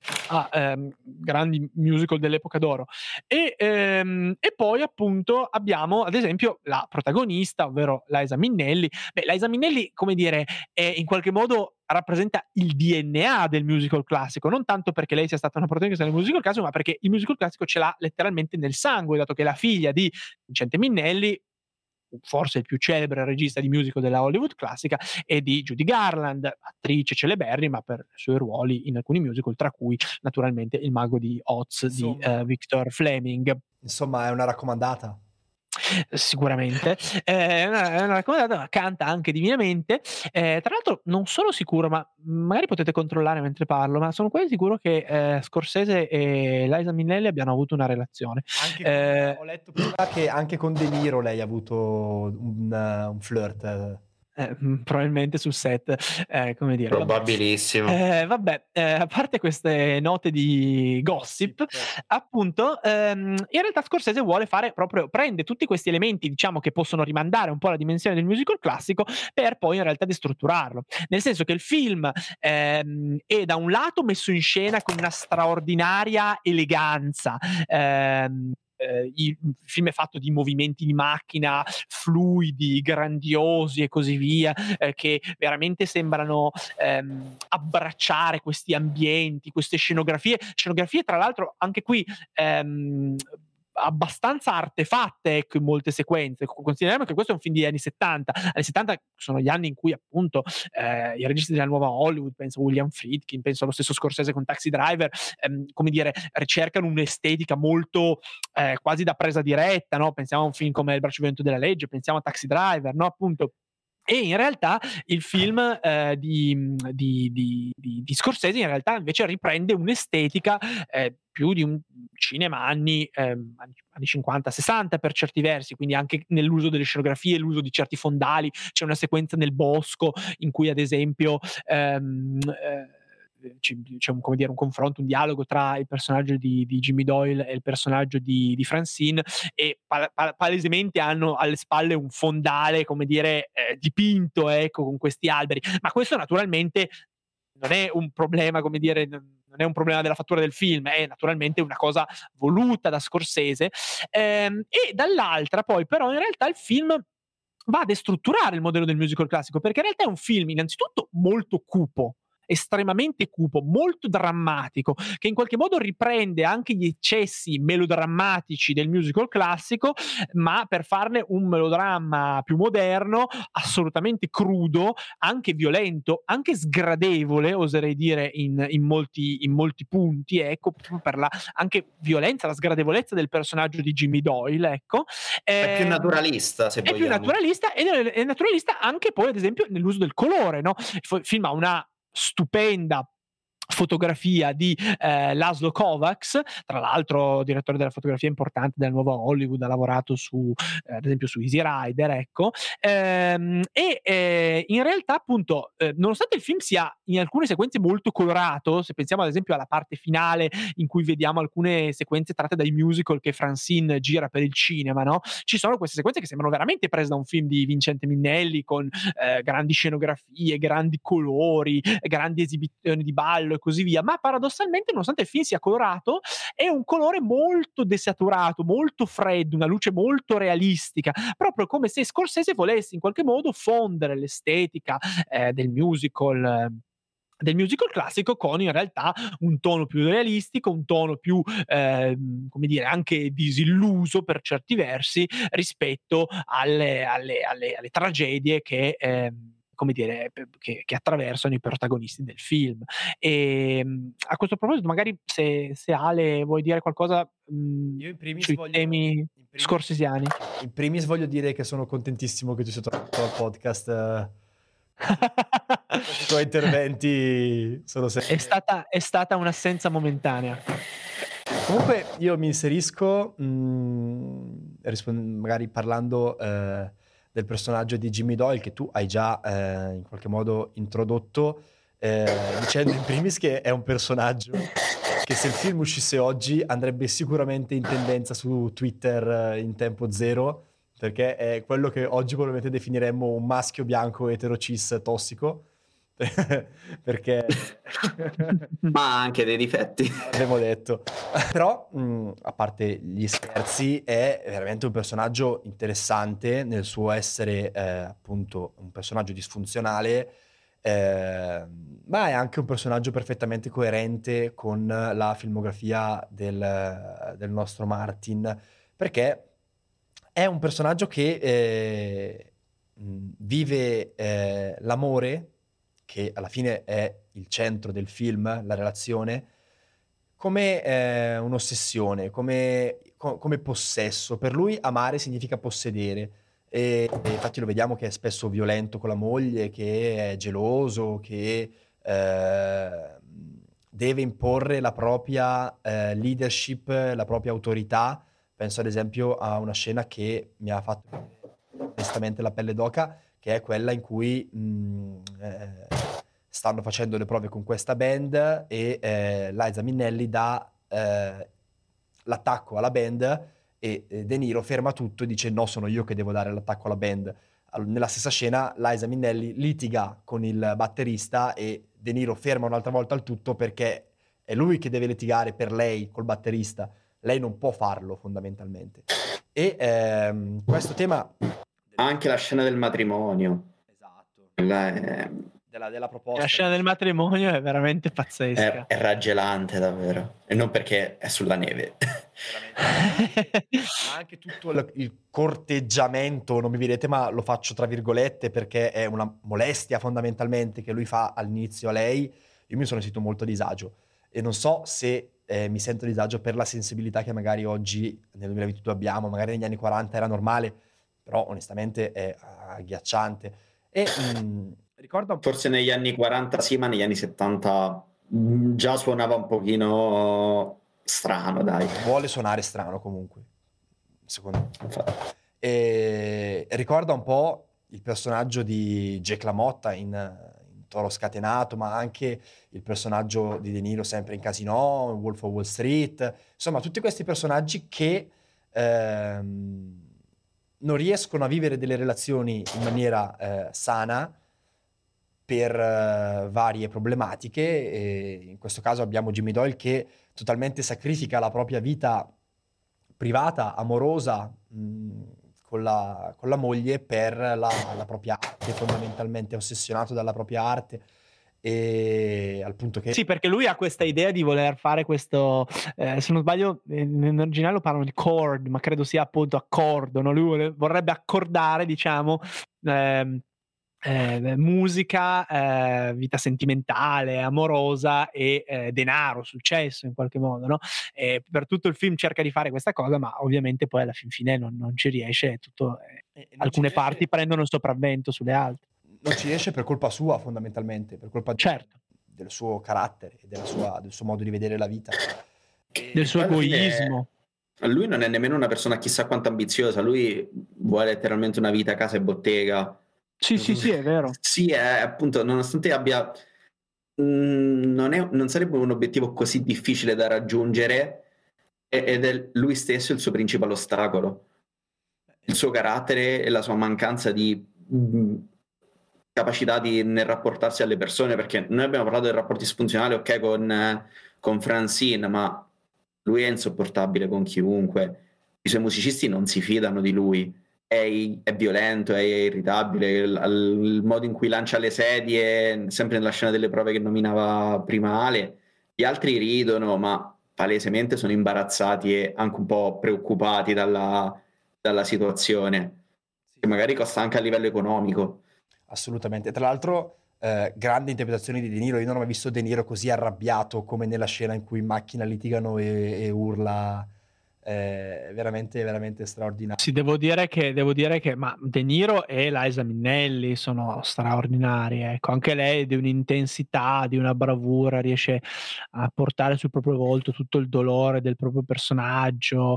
a ehm, grandi musical dell'epoca d'oro. E, ehm, e poi appunto abbiamo ad esempio la protagonista, ovvero Liza Minnelli. Beh, Liza Minnelli, come dire, è in qualche modo rappresenta il D N A del musical classico, non tanto perché lei sia stata una protagonista del musical classico, ma perché il musical classico ce l'ha letteralmente nel sangue, dato che è la figlia di Vincente Minnelli, forse il più celebre regista di musical della Hollywood classica, e di Judy Garland, attrice celeberrima per i suoi ruoli in alcuni musical, tra cui naturalmente Il Mago di Oz di Insomma, uh, Victor Fleming. insomma, è una raccomandata. Sicuramente eh, è una, è una raccomandata, ma canta anche divinamente. Eh, tra l'altro non sono sicuro, ma magari potete controllare mentre parlo, ma sono quasi sicuro che eh, Scorsese e Liza Minnelli abbiano avuto una relazione. Anche con, Eh, ho letto prima che anche con De Niro lei ha avuto un, un flirt. Eh, probabilmente sul set, eh, come dire, vabbè. Probabilissimo. Eh, vabbè, eh, a parte queste note di gossip, appunto, ehm, in realtà Scorsese vuole fare proprio, prende tutti questi elementi, diciamo, che possono rimandare un po' alla dimensione del musical classico, per poi in realtà destrutturarlo. Nel senso che il film ehm, è da un lato messo in scena con una straordinaria eleganza. Ehm, eh, il film è fatto di movimenti di macchina fluidi, grandiosi e così via, eh, che veramente sembrano ehm, abbracciare questi ambienti, queste scenografie, scenografie tra l'altro anche qui ehm, abbastanza artefatte, ecco, in molte sequenze. Consideriamo che questo è un film degli anni settanta. Anni settanta sono gli anni in cui appunto eh, i registi della nuova Hollywood, penso a William Friedkin, penso allo stesso Scorsese con Taxi Driver, ehm, come dire, ricercano un'estetica molto eh, quasi da presa diretta, no? Pensiamo a un film come Il braccio violento della legge, pensiamo a Taxi Driver, no? Appunto. E in realtà il film eh, di, di, di, di, di Scorsese in realtà invece riprende un'estetica eh, più di un cinema anni, eh, anni cinquanta sessanta per certi versi, quindi anche nell'uso delle scenografie, l'uso di certi fondali. C'è una sequenza nel bosco in cui ad esempio ehm, eh, c'è un, come dire, un confronto, un dialogo tra il personaggio di, di Jimmy Doyle e il personaggio di, di Francine, e pal- pal- palesemente hanno alle spalle un fondale, come dire, eh, dipinto, ecco, con questi alberi. Ma questo naturalmente non è un problema, come dire, non è un problema della fattura del film, è naturalmente una cosa voluta da Scorsese. Ehm, e dall'altra poi però in realtà il film va a destrutturare il modello del musical classico, perché in realtà è un film innanzitutto molto cupo, estremamente cupo, molto drammatico, che in qualche modo riprende anche gli eccessi melodrammatici del musical classico, ma per farne un melodramma più moderno, assolutamente crudo, anche violento, anche sgradevole, oserei dire in, in, molti, in molti punti, ecco, per la anche violenza, la sgradevolezza del personaggio di Jimmy Doyle, ecco. È più naturalista, se È vogliamo. più naturalista, ed è naturalista anche poi ad esempio nell'uso del colore, no? Il film ha una stupenda fotografia di eh, Laszlo Kovacs, tra l'altro direttore della fotografia importante della nuova Hollywood, ha lavorato su eh, ad esempio su Easy Rider, ecco. Ehm, e eh, in realtà appunto eh, nonostante il film sia in alcune sequenze molto colorato, se pensiamo ad esempio alla parte finale in cui vediamo alcune sequenze tratte dai musical che Francine gira per il cinema, no? Ci sono queste sequenze che sembrano veramente prese da un film di Vincente Minnelli, con eh, grandi scenografie, grandi colori, grandi esibizioni di ballo e così via, ma paradossalmente nonostante il film sia colorato è un colore molto desaturato, molto freddo, una luce molto realistica, proprio come se Scorsese volesse in qualche modo fondere l'estetica eh, del musical eh, del musical classico con in realtà un tono più realistico, un tono più eh, come dire anche disilluso per certi versi rispetto alle, alle, alle, alle tragedie che eh, come dire, che, che attraversano i protagonisti del film. E a questo proposito, magari se, se Ale vuoi dire qualcosa mh, Io in primis sui voglio, temi in primis, scorsesiani. In primis voglio dire che sono contentissimo che tu sia tornato al podcast. Eh, I tuoi interventi sono sempre... È stata, è stata un'assenza momentanea. Comunque io mi inserisco, mh, rispond- magari parlando eh, del personaggio di Jimmy Doyle che tu hai già eh, in qualche modo introdotto, eh, dicendo in primis che è un personaggio che se il film uscisse oggi andrebbe sicuramente in tendenza su Twitter eh, in tempo zero, perché è quello che oggi probabilmente definiremmo un maschio bianco etero cis tossico. perché ma anche dei difetti. Abbiamo detto. Però, mh, a parte gli scherzi, è veramente un personaggio interessante nel suo essere eh, appunto un personaggio disfunzionale, eh, ma è anche un personaggio perfettamente coerente con la filmografia del, del nostro Martin, perché è un personaggio che eh, mh, vive eh, l'amore, che alla fine è il centro del film, la relazione, come eh, un'ossessione, come, co- come possesso. Per lui amare significa possedere. E, e infatti lo vediamo che è spesso violento con la moglie, che è geloso, che eh, deve imporre la propria eh, leadership, la propria autorità. Penso ad esempio a una scena che mi ha fatto onestamente la pelle d'oca, che è quella in cui mh, eh, stanno facendo le prove con questa band e eh, Liza Minnelli dà eh, l'attacco alla band e eh, De Niro ferma tutto e dice no, sono io che devo dare l'attacco alla band. All- nella stessa scena Liza Minnelli litiga con il batterista e De Niro ferma un'altra volta il tutto perché è lui che deve litigare per lei col batterista. Lei non può farlo fondamentalmente. E ehm, questo tema Anche la scena del matrimonio. esatto, Quella è, della, della proposta La scena del matrimonio è veramente pazzesca. è, è raggelante davvero. E non perché è sulla neve. veramente, ma anche tutto il, il corteggiamento, non mi vedete, ma lo faccio tra virgolette perché è una molestia fondamentalmente che lui fa all'inizio a lei. Io mi sono sentito molto a disagio e non so se eh, mi sento a disagio per la sensibilità che magari oggi nel duemilaventidue abbiamo, magari negli anni quaranta era normale, però onestamente è agghiacciante. E mh, ricorda un po'. Forse negli anni quaranta sì, ma negli anni settanta mh, già suonava un pochino strano, dai. Vuole suonare strano comunque, secondo me. Infatti. E ricorda un po' il personaggio di Jack LaMotta in, in Toro Scatenato, ma anche il personaggio di De Niro sempre in Casino, in Wolf of Wall Street. Insomma, tutti questi personaggi che ehm, non riescono a vivere delle relazioni in maniera eh, sana per eh, varie problematiche. E in questo caso abbiamo Jimmy Doyle che totalmente sacrifica la propria vita privata, amorosa, mh, con la, con la moglie per la, la propria arte, fondamentalmente ossessionato dalla propria arte, e al punto che Sì, perché lui ha questa idea di voler fare questo, eh, se non sbaglio, eh, in originale lo parlano di chord, ma credo sia appunto accordo, no? Lui vuole- vorrebbe accordare, diciamo, ehm, eh, musica, eh, vita sentimentale, amorosa e eh, denaro, successo in qualche modo, no? E per tutto il film cerca di fare questa cosa, ma ovviamente poi alla fin fine non, non ci riesce, e tutto, eh, e- e non ci alcune riesce- parti prendono il sopravvento sulle altre. non ci riesce per colpa sua, fondamentalmente, per colpa de- Certo, del suo carattere e della sua- del suo modo di vedere la vita. del suo Alla fine, egoismo. lui non è nemmeno una persona chissà quanto ambiziosa, lui vuole letteralmente una vita a casa e bottega. Sì, sì, sì, è vero. Sì, è appunto, nonostante abbia mh, non, è, non sarebbe un obiettivo così difficile da raggiungere, e- ed è lui stesso il suo principale ostacolo, il suo carattere e la sua mancanza di mh, capacità di, nel rapportarsi alle persone, perché noi abbiamo parlato del rapporto disfunzionale, ok, con, eh, con Francine, ma lui è insopportabile con chiunque, i suoi musicisti non si fidano di lui, è, è violento, è irritabile, il, il modo in cui lancia le sedie, sempre nella scena delle prove che nominava prima Ale, gli altri ridono, ma palesemente sono imbarazzati e anche un po' preoccupati dalla, dalla situazione, che magari costa anche a livello economico. Assolutamente. Tra l'altro, eh, grande interpretazione di De Niro. Io non ho mai visto De Niro così arrabbiato come nella scena in cui in macchina litigano e, e urla. È veramente, veramente straordinario. Sì, devo dire che, devo dire che ma De Niro e Liza Minnelli sono straordinari, ecco. Anche lei è di un'intensità, di una bravura, riesce a portare sul proprio volto tutto il dolore del proprio personaggio,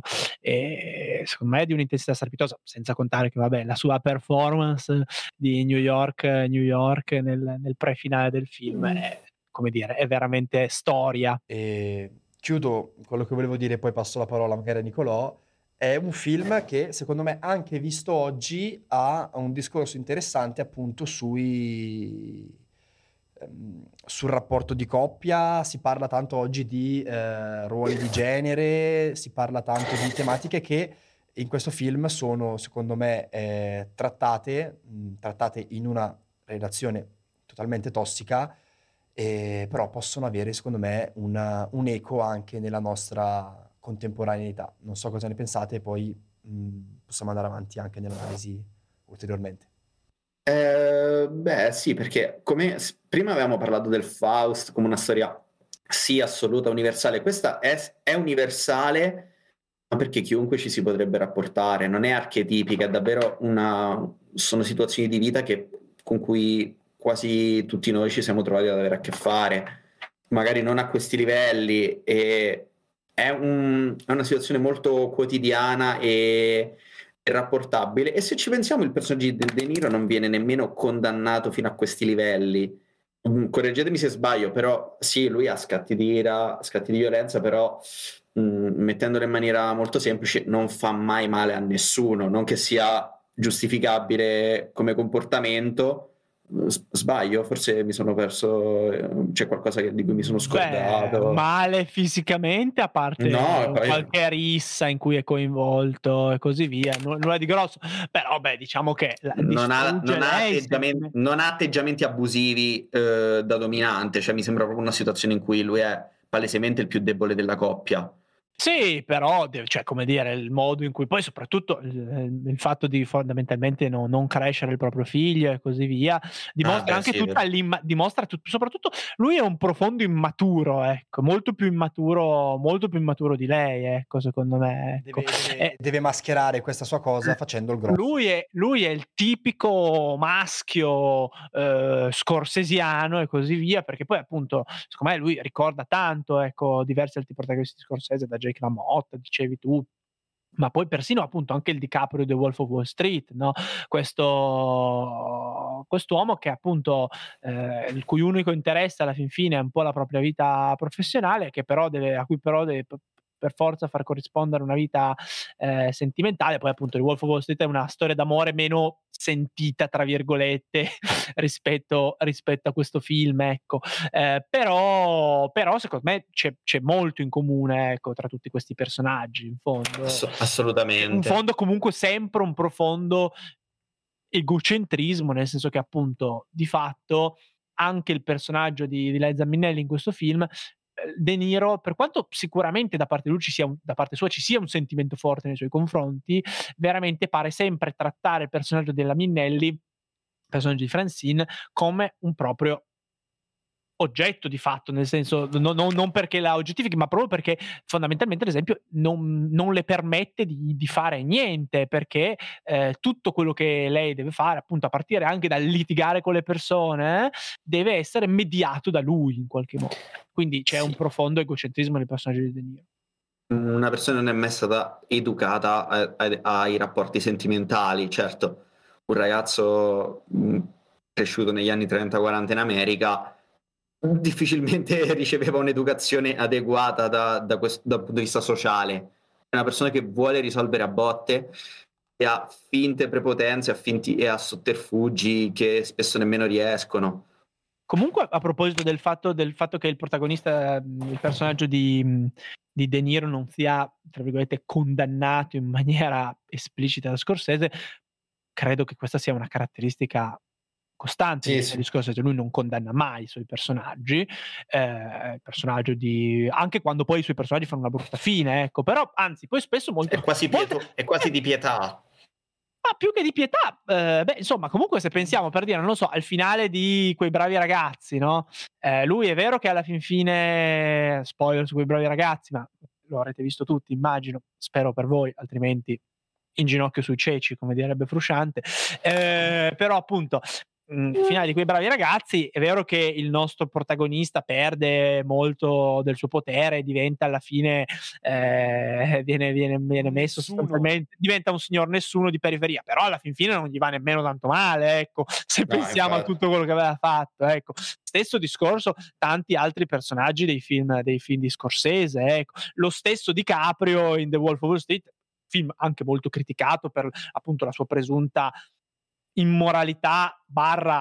e secondo me è di un'intensità strepitosa, senza contare che vabbè, la sua performance di New York, New York nel, nel pre-finale del film è, come dire, è veramente storia. E chiudo quello che volevo dire, poi passo la parola magari a Nicolò. È un film che secondo me, anche visto oggi, ha un discorso interessante appunto sui, ehm, sul rapporto di coppia, si parla tanto oggi di eh, ruoli di genere, si parla tanto di tematiche che in questo film sono, secondo me, eh, trattate, mh, trattate in una relazione totalmente tossica, eh, però possono avere, secondo me, una- un eco anche nella nostra contemporaneità. Non so cosa ne pensate, poi mh, possiamo andare avanti anche nell'analisi ulteriormente. Eh, beh, sì, perché come s- prima avevamo parlato del Faust come una storia sì assoluta, universale. Questa è, è universale, ma perché chiunque ci si potrebbe rapportare, non è archetipica, è davvero una... sono situazioni di vita che, con cui quasi tutti noi ci siamo trovati ad avere a che fare, magari non a questi livelli, e è, un- è una situazione molto quotidiana e e rapportabile. E se ci pensiamo, il personaggio di De Niro non viene nemmeno condannato fino a questi livelli. Mm, correggetemi se sbaglio, però sì, lui ha scatti di ira, scatti di violenza, però mh, mettendolo in maniera molto semplice, non fa mai male a nessuno, non che sia giustificabile come comportamento. S- Sbaglio, forse mi sono perso, eh, c'è qualcosa che- di cui mi sono Beh, scordato. male fisicamente, a No, parte e poi qualche rissa in cui è coinvolto e così via, nu nulla di grosso. Però beh, diciamo che la non ha, distrugge non ha lei atteggiamenti, sentime non ha atteggiamenti abusivi eh, da dominante, cioè mi sembra proprio una situazione in cui lui è palesemente il più debole della coppia. Sì, però de cioè, come dire, il modo in cui poi soprattutto il il fatto di fondamentalmente no non crescere il proprio figlio e così via, Ah, dimostra beh, anche sì, è tutta vero. l'imma dimostra tut soprattutto lui è un profondo immaturo, ecco, molto più immaturo molto più immaturo di lei, ecco, secondo me, ecco. Deve, deve- E deve mascherare questa sua cosa facendo il grosso. lui è lui è il tipico maschio, ehm, scorsesiano e così via, perché poi appunto, secondo me lui ricorda tanto, ecco, diversi altri protagonisti di Scorsese, da Jake LaMotta, dicevi tu, ma poi persino appunto anche il DiCaprio di The Wolf of Wall Street, no, questo quest'uomo che appunto ehm, il cui unico interesse alla fin fine è un po' la propria vita professionale, che però deve a cui però deve p per forza far corrispondere una vita ehm, sentimentale. Poi appunto The Wolf of Wall Street è una storia d'amore meno "sentita" tra virgolette rispetto rispetto a questo film, ecco. Ehm, però però secondo me c'è c'è molto in comune, ecco, tra tutti questi personaggi in fondo. Ass- In assolutamente. fondo comunque sempre un profondo egocentrismo, nel senso che appunto, di fatto, anche il personaggio di di Liza Minnelli in questo film, ehm, De Niro, per quanto sicuramente da parte lui ci sia un da parte sua ci sia un sentimento forte nei suoi confronti, veramente pare sempre trattare il personaggio della Minnelli, il personaggio di Francine, come un proprio oggetto di fatto, nel senso no no non perché la oggettifichi, ma proprio perché fondamentalmente, ad esempio, non non le permette di di fare niente, perché, ehm, tutto quello che lei deve fare, appunto a partire anche dal litigare con le persone, eh, deve essere mediato da lui in qualche modo. Quindi c'è un Sì. profondo egocentrismo nel personaggio di De Niro. Una persona non è mai stata educata a- a- ai rapporti sentimentali, certo. Un ragazzo mh, cresciuto negli anni trenta quaranta in America difficilmente riceveva un'educazione adeguata da, da questo, dal punto di vista sociale. È una persona che vuole risolvere a botte e ha finte prepotenze a finti, e ha sotterfugi che spesso nemmeno riescono. Comunque, a proposito del fatto del fatto che il protagonista, mhmm, il personaggio di mhmm, di De Niro non sia, tra virgolette, "condannato" in maniera esplicita da Scorsese, credo che questa sia una caratteristica costante Sì, di di sì. Scorsese. Lui non condanna mai i suoi personaggi, ehm, il personaggio di anche quando poi i suoi personaggi fanno una brutta fine, ecco, però anzi poi spesso molto È quasi, molte pieto- è quasi eh di pietà. ma più che di pietà, ehm, beh, insomma, comunque se pensiamo, per dire, non lo so, al finale di Quei bravi ragazzi, no, ehm, lui è vero che alla fin fine spoiler su Quei bravi ragazzi, ma lo avrete visto tutti immagino, spero per voi, altrimenti in ginocchio sui ceci, come direbbe Frusciante. Ehm, però appunto, mhmm, il finale di Quei bravi ragazzi, è vero che il nostro protagonista perde molto del suo potere, diventa alla fine ehm, viene viene viene Un messo nessuno. sostanzialmente, diventa un signor nessuno di periferia, però alla fin fine non gli va nemmeno tanto male, ecco, se No, pensiamo a infatti. tutto quello che aveva fatto, ecco. Stesso discorso tanti altri personaggi dei film dei film di Scorsese, ecco. Lo stesso DiCaprio in The Wolf of Wall Street, film anche molto criticato per appunto la sua presunta immoralità barra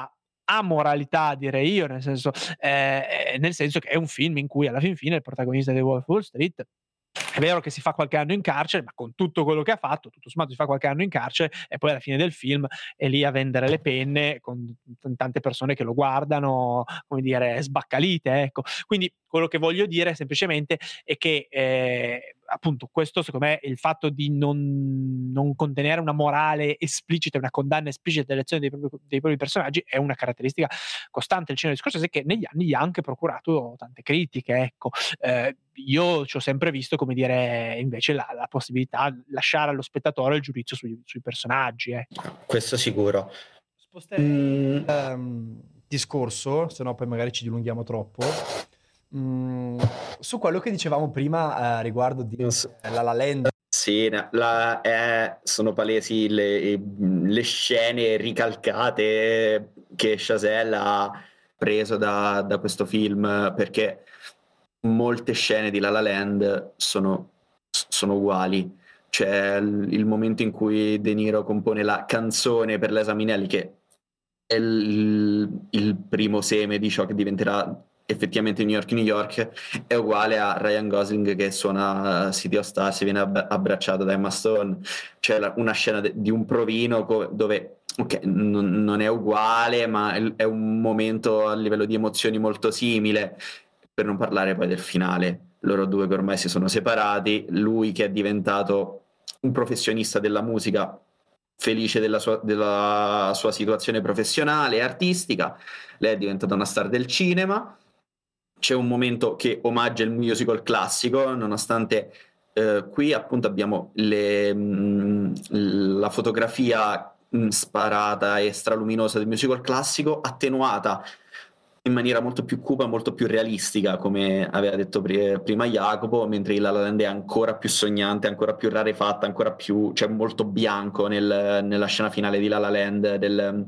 amoralità, direi io, nel senso, eh, nel senso che è un film in cui alla fin fine il protagonista di Wolf of Wall Street è vero che si fa qualche anno in carcere, ma con tutto quello che ha fatto, tutto sommato si fa qualche anno in carcere e poi alla fine del film è lì a vendere le penne con t tante persone che lo guardano, come dire, sbaccalite, ecco. Quindi quello che voglio dire semplicemente è che, ehm, appunto questo secondo me, il fatto di non non contenere una morale esplicita, una condanna esplicita delle azioni dei propri dei propri personaggi è una caratteristica costante del cinema di Scorsese che negli anni gli ha anche procurato tante critiche, ecco. Ehm, io ci ho sempre visto, come dire, invece la la possibilità lasciare allo spettatore il giudizio sui sui personaggi, ecco. Questo sicuro. Sposterei Mm, il ehm, discorso, se no poi magari ci dilunghiamo troppo, mm, su quello che dicevamo prima eh, riguardo di non so. eh, La La Land. Sì, no, la- eh, sono palesi le, le scene ricalcate che Chazelle ha preso da, da questo film, perché molte scene di La La Land sono, sono uguali. C'è il, il momento in cui De Niro compone la canzone per Liza Minnelli, che è il, il primo seme di ciò che diventerà effettivamente New York New York, è uguale a Ryan Gosling che suona City of Stars e viene ab- abbracciato da Emma Stone. C'è la- una scena de- di un provino co- dove ok, non, non è uguale, ma è, è un momento a livello di emozioni molto simile, per non parlare poi del finale. Loro due che ormai si sono separati, lui che è diventato un professionista della musica, felice della sua, della sua situazione professionale e artistica, lei è diventata una star del cinema. C'è un momento che omaggia il musical classico, nonostante eh, qui appunto abbiamo le, mh, la fotografia mh, sparata e straluminosa del musical classico, attenuata in maniera molto più cupa, molto più realistica, come aveva detto pri- prima Jacopo, mentre La La Land è ancora più sognante, ancora più rarefatta, ancora più, cioè molto bianco nel- nella scena finale di La La Land del,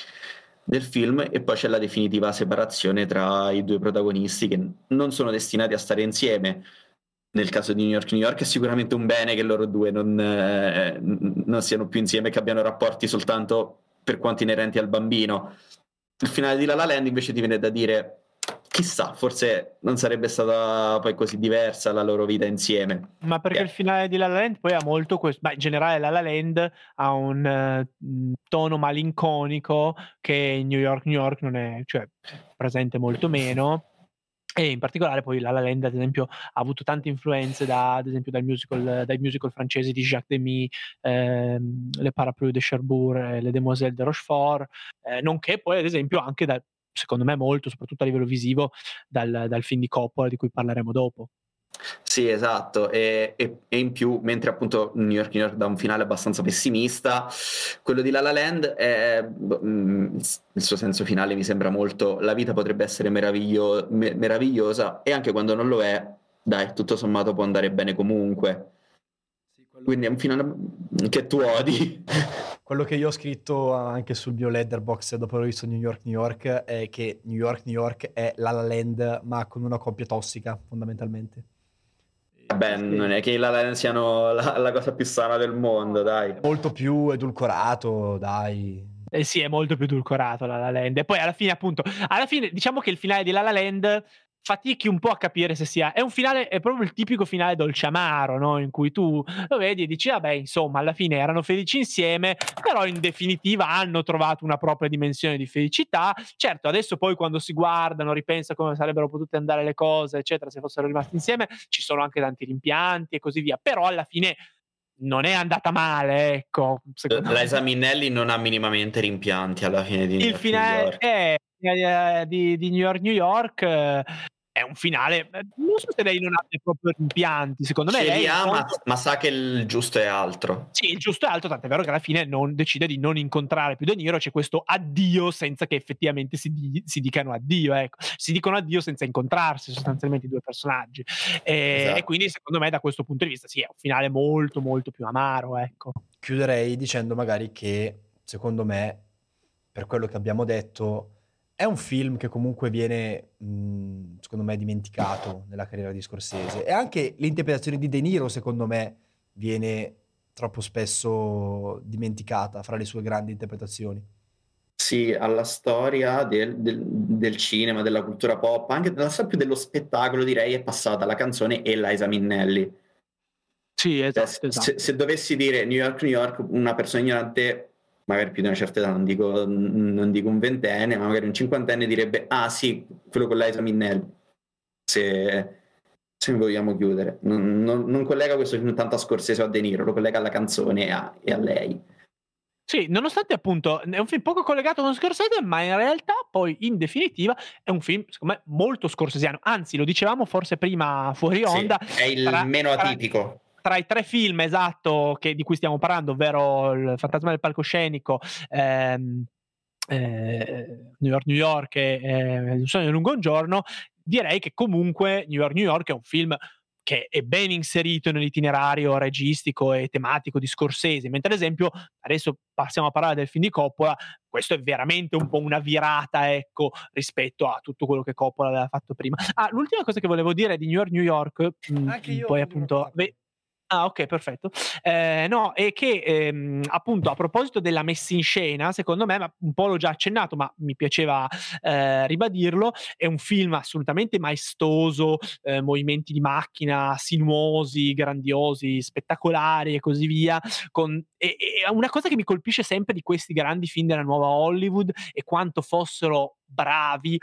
del film, e poi c'è la definitiva separazione tra i due protagonisti che non sono destinati a stare insieme. Nel caso di New York New York è sicuramente un bene che loro due non, eh, non siano più insieme, che abbiano rapporti soltanto per quanto inerenti al bambino. Il finale di La La Land invece ti viene da dire chissà, forse non sarebbe stata poi così diversa la loro vita insieme. Ma perché il Yeah. finale di La La Land poi ha molto questo, ma in generale La La Land ha un eh, mh, tono malinconico che in New York New York non è, cioè presente molto meno. E in particolare poi La La Land, ad esempio, ha avuto tante influenze da, ad esempio, dal musical, dai musical francesi di Jacques Demy, ehm, Le Parapluie de Cherbourg, e Le Demoiselles de Rochefort, eh, nonché poi, ad esempio, anche da, secondo me, molto, soprattutto a livello visivo, dal, dal film di Coppola di cui parleremo dopo. Sì, esatto, e, e- e in più, mentre appunto New York New York dà un finale abbastanza pessimista, quello di La La Land è, mm, il suo senso finale mi sembra molto, la vita potrebbe essere meraviglio- me- meravigliosa, e anche quando non lo è, dai, tutto sommato può andare bene comunque. Quindi è un finale che tu odi. Quello che io ho scritto anche sul mio Letterboxd dopo aver visto New York New York è che New York New York è La La Land ma con una coppia tossica fondamentalmente. Beh, non è che i La La Land siano la, la cosa più sana del mondo, dai. È molto più edulcorato, dai. Eh sì, è molto più edulcorato La La Land. E poi alla fine, appunto, alla fine diciamo che il finale di La La Land fatichi un po' a capire se sia, è un finale, è proprio il tipico finale dolce amaro, no? In cui tu lo vedi e dici, vabbè, insomma, alla fine erano felici insieme, però in definitiva hanno trovato una propria dimensione di felicità. Certo, adesso poi quando si guardano, ripensa come sarebbero potute andare le cose, eccetera, se fossero rimasti insieme, ci sono anche tanti rimpianti e così via, però alla fine non è andata male, ecco. Secondo me. Liza Minnelli non ha minimamente rimpianti alla fine di New Il York New finale York. è eh, di, di New York New York eh, è un finale, eh, non so se lei non abbia proprio rimpianti, secondo me Ce lei li in ha, ma, fondo- ma sa che il giusto è altro. sì, il giusto è alto, tant'è vero che alla fine non, decide di non incontrare più De Niro, c'è questo addio senza che effettivamente si, di- si dicano addio, ecco. Si dicono addio senza incontrarsi sostanzialmente i due personaggi. E, Esatto. e quindi secondo me da questo punto di vista sì, è un finale molto molto più amaro, ecco. Chiuderei dicendo magari che, secondo me, per quello che abbiamo detto, è un film che comunque viene, mh, secondo me, dimenticato nella carriera di Scorsese. E anche l'interpretazione di De Niro, secondo me, viene troppo spesso dimenticata fra le sue grandi interpretazioni. Sì, alla storia del, del, del cinema, della cultura pop, anche della storia più dello spettacolo, direi, è passata la canzone e Liza Minnelli. Sì, esatto, Cioè, esatto. se, se dovessi dire New York, New York, una persona ignorante, magari più di una certa età, non dico, non dico un ventenne, ma magari un cinquantenne direbbe, ah sì, quello con Liza Minnelli, se, se vogliamo chiudere. Non, non, non collega questo film tanto a Scorsese o a De Niro, lo collega alla canzone e a, e a lei. Sì, nonostante appunto è un film poco collegato con Scorsese, ma in realtà poi in definitiva è un film secondo me molto scorsesiano, anzi lo dicevamo forse prima fuori onda, sì, è il tra, meno atipico. Tra, tra i tre film, esatto, che, di cui stiamo parlando, ovvero Il fantasma del palcoscenico, ehm, eh, New York, New York e eh, Il sogno di lungo un giorno, direi che comunque New York, New York è un film che è ben inserito nell'itinerario registico e tematico di Scorsese, mentre ad esempio, adesso passiamo a parlare del film di Coppola, questo è veramente un po' una virata, ecco, rispetto a tutto quello che Coppola aveva fatto prima. Ah, l'ultima cosa che volevo dire di New York, New York, mh, Anche io poi voglio dire una appunto... cosa. Beh, ah, ok, perfetto. Eh, no, è che ehm, appunto a proposito della messa in scena, secondo me, ma un po' l'ho già accennato, ma mi piaceva eh, ribadirlo, è un film assolutamente maestoso, eh, movimenti di macchina sinuosi, grandiosi, spettacolari e così via. Con, e, e una cosa che mi colpisce sempre di questi grandi film della nuova Hollywood è quanto fossero bravi,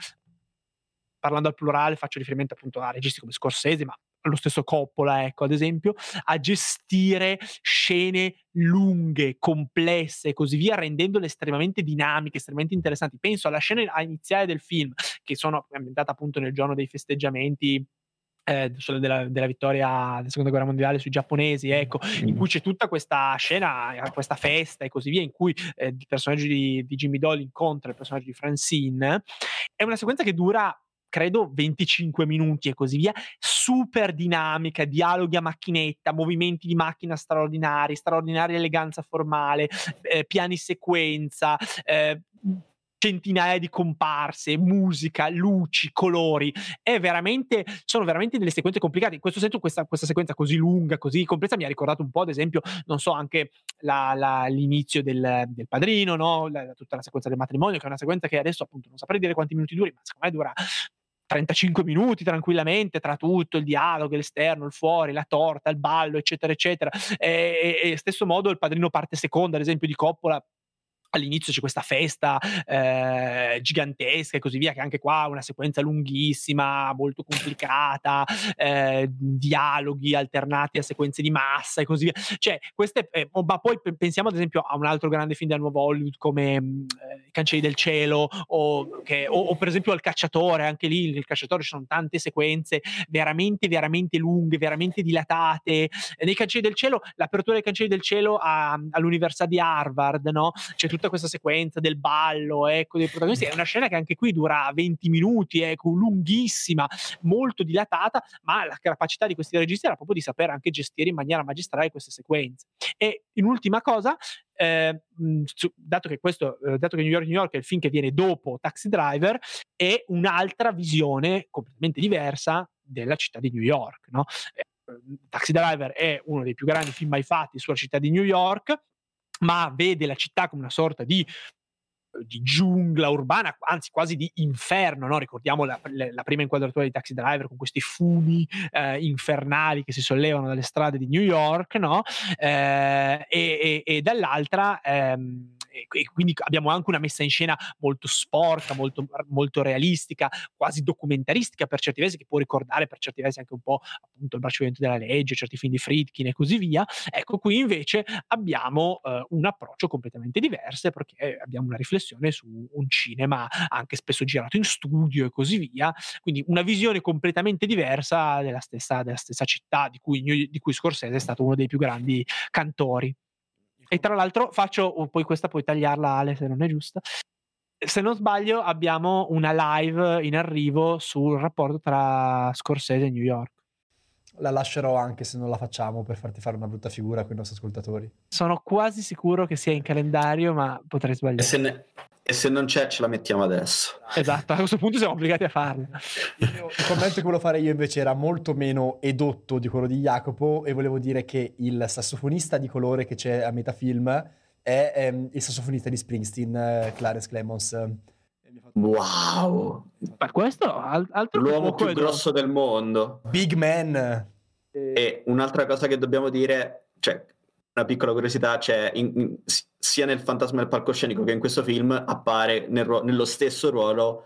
parlando al plurale faccio riferimento appunto a registi come Scorsese, ma lo stesso Coppola, ecco, ad esempio, a gestire scene lunghe, complesse e così via, rendendole estremamente dinamiche, estremamente interessanti. Penso alla scena iniziale del film, che sono ambientata appunto nel giorno dei festeggiamenti eh, della, della vittoria della seconda guerra mondiale sui giapponesi, ecco, in cui c'è tutta questa scena, questa festa e così via, in cui eh, il personaggio di, di Jimmy Doyle incontra il personaggio di Francine. È una sequenza che dura credo venticinque minuti e così via, super dinamica, dialoghi a macchinetta, movimenti di macchina straordinari, straordinaria eleganza formale, eh, piani sequenza, eh, centinaia di comparse, musica, luci, colori. È veramente, sono veramente delle sequenze complicate. In questo senso questa, questa sequenza così lunga, così complessa mi ha ricordato un po', ad esempio, non so, anche la, la, l'inizio del, del Padrino, no? La, tutta la sequenza del matrimonio, che è una sequenza che adesso appunto non saprei dire quanti minuti duri, ma secondo me dura trentacinque minuti tranquillamente, tra tutto il dialogo, l'esterno, il fuori, la torta, il ballo, eccetera, eccetera. E, e, e stesso modo il Padrino parte seconda, ad esempio, di Coppola. All'inizio c'è questa festa eh, gigantesca e così via, che anche qua è una sequenza lunghissima, molto complicata, eh, dialoghi alternati a sequenze di massa e così via. Cioè, queste, eh, ma poi pensiamo ad esempio a un altro grande film del nuovo Hollywood come eh, I Cancelli del cielo o, che, o, o per esempio al Cacciatore, anche lì nel Cacciatore ci sono tante sequenze veramente veramente lunghe, veramente dilatate. E nei Cancelli del cielo, l'apertura dei Cancelli del cielo a, all'Università di Harvard, no? C'è tutta questa sequenza del ballo, ecco, dei protagonisti. È una scena che anche qui dura venti minuti, ecco, lunghissima, molto dilatata, ma la capacità di questi registi era proprio di sapere anche gestire in maniera magistrale queste sequenze. E in ultima cosa, eh, dato che questo, eh, dato che New York, New York è il film che viene dopo Taxi Driver, è un'altra visione completamente diversa della città di New York, no? Eh, Taxi Driver è uno dei più grandi film mai fatti sulla città di New York, ma vede la città come una sorta di, di giungla urbana, anzi quasi di inferno, no? Ricordiamo la, la prima inquadratura di Taxi Driver con questi fumi eh, infernali che si sollevano dalle strade di New York, no? Eh, e, e, e dall'altra ehm, e quindi abbiamo anche una messa in scena molto sporca, molto, molto realistica, quasi documentaristica per certi versi, che può ricordare per certi versi anche un po' appunto Il braccio della legge, certi film di Friedkin e così via. Ecco, qui invece abbiamo eh, un approccio completamente diverso, perché abbiamo una riflessione su un cinema anche spesso girato in studio e così via, quindi una visione completamente diversa della stessa, della stessa città di cui, di cui Scorsese è stato uno dei più grandi cantori. E tra l'altro faccio, poi questa puoi tagliarla Ale se non è giusta, se non sbaglio abbiamo una live in arrivo sul rapporto tra Scorsese e New York. La lascerò anche se non la facciamo, per farti fare una brutta figura con i nostri ascoltatori. Sono quasi sicuro che sia in calendario, ma potrei sbagliare. E se, ne, e se non c'è, ce la mettiamo adesso. Esatto, a questo punto siamo obbligati a farlo. Il, mio, il commento che volevo fare io invece era molto meno edotto di quello di Jacopo, e volevo dire che il sassofonista di colore che c'è a metà film è ehm, il sassofonista di Springsteen, eh, Clarence Clemons. Wow! Ma questo al- altro che L'uomo poco più e grosso del mondo. Big Man. E un'altra cosa che dobbiamo dire, cioè una piccola curiosità, c'è in- in- sia nel Fantasma del palcoscenico che in questo film appare nel ruo- nello stesso ruolo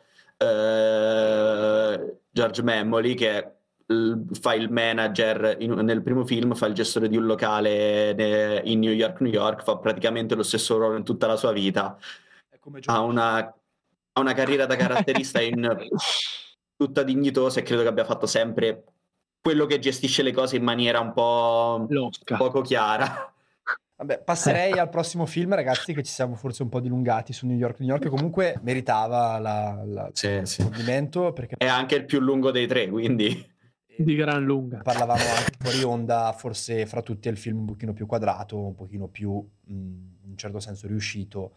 eh, George Memoli, che l- fa il manager in- nel primo film, fa il gestore di un locale ne- in New York, New York, fa praticamente lo stesso ruolo in tutta la sua vita. È come Ha una, ha una carriera da caratterista in tutta dignitosa e credo che abbia fatto sempre quello che gestisce le cose in maniera un po' Losca. poco chiara. Vabbè, passerei Ecco. al prossimo film, ragazzi, che ci siamo forse un po' dilungati su New York, New York, che comunque meritava la, la, Sì, sì. l'approfondimento, perché È anche il più lungo dei tre, quindi Di gran lunga. parlavamo anche fuori onda, forse fra tutti è il film un pochino più quadrato, un pochino più, mh, in un certo senso, riuscito,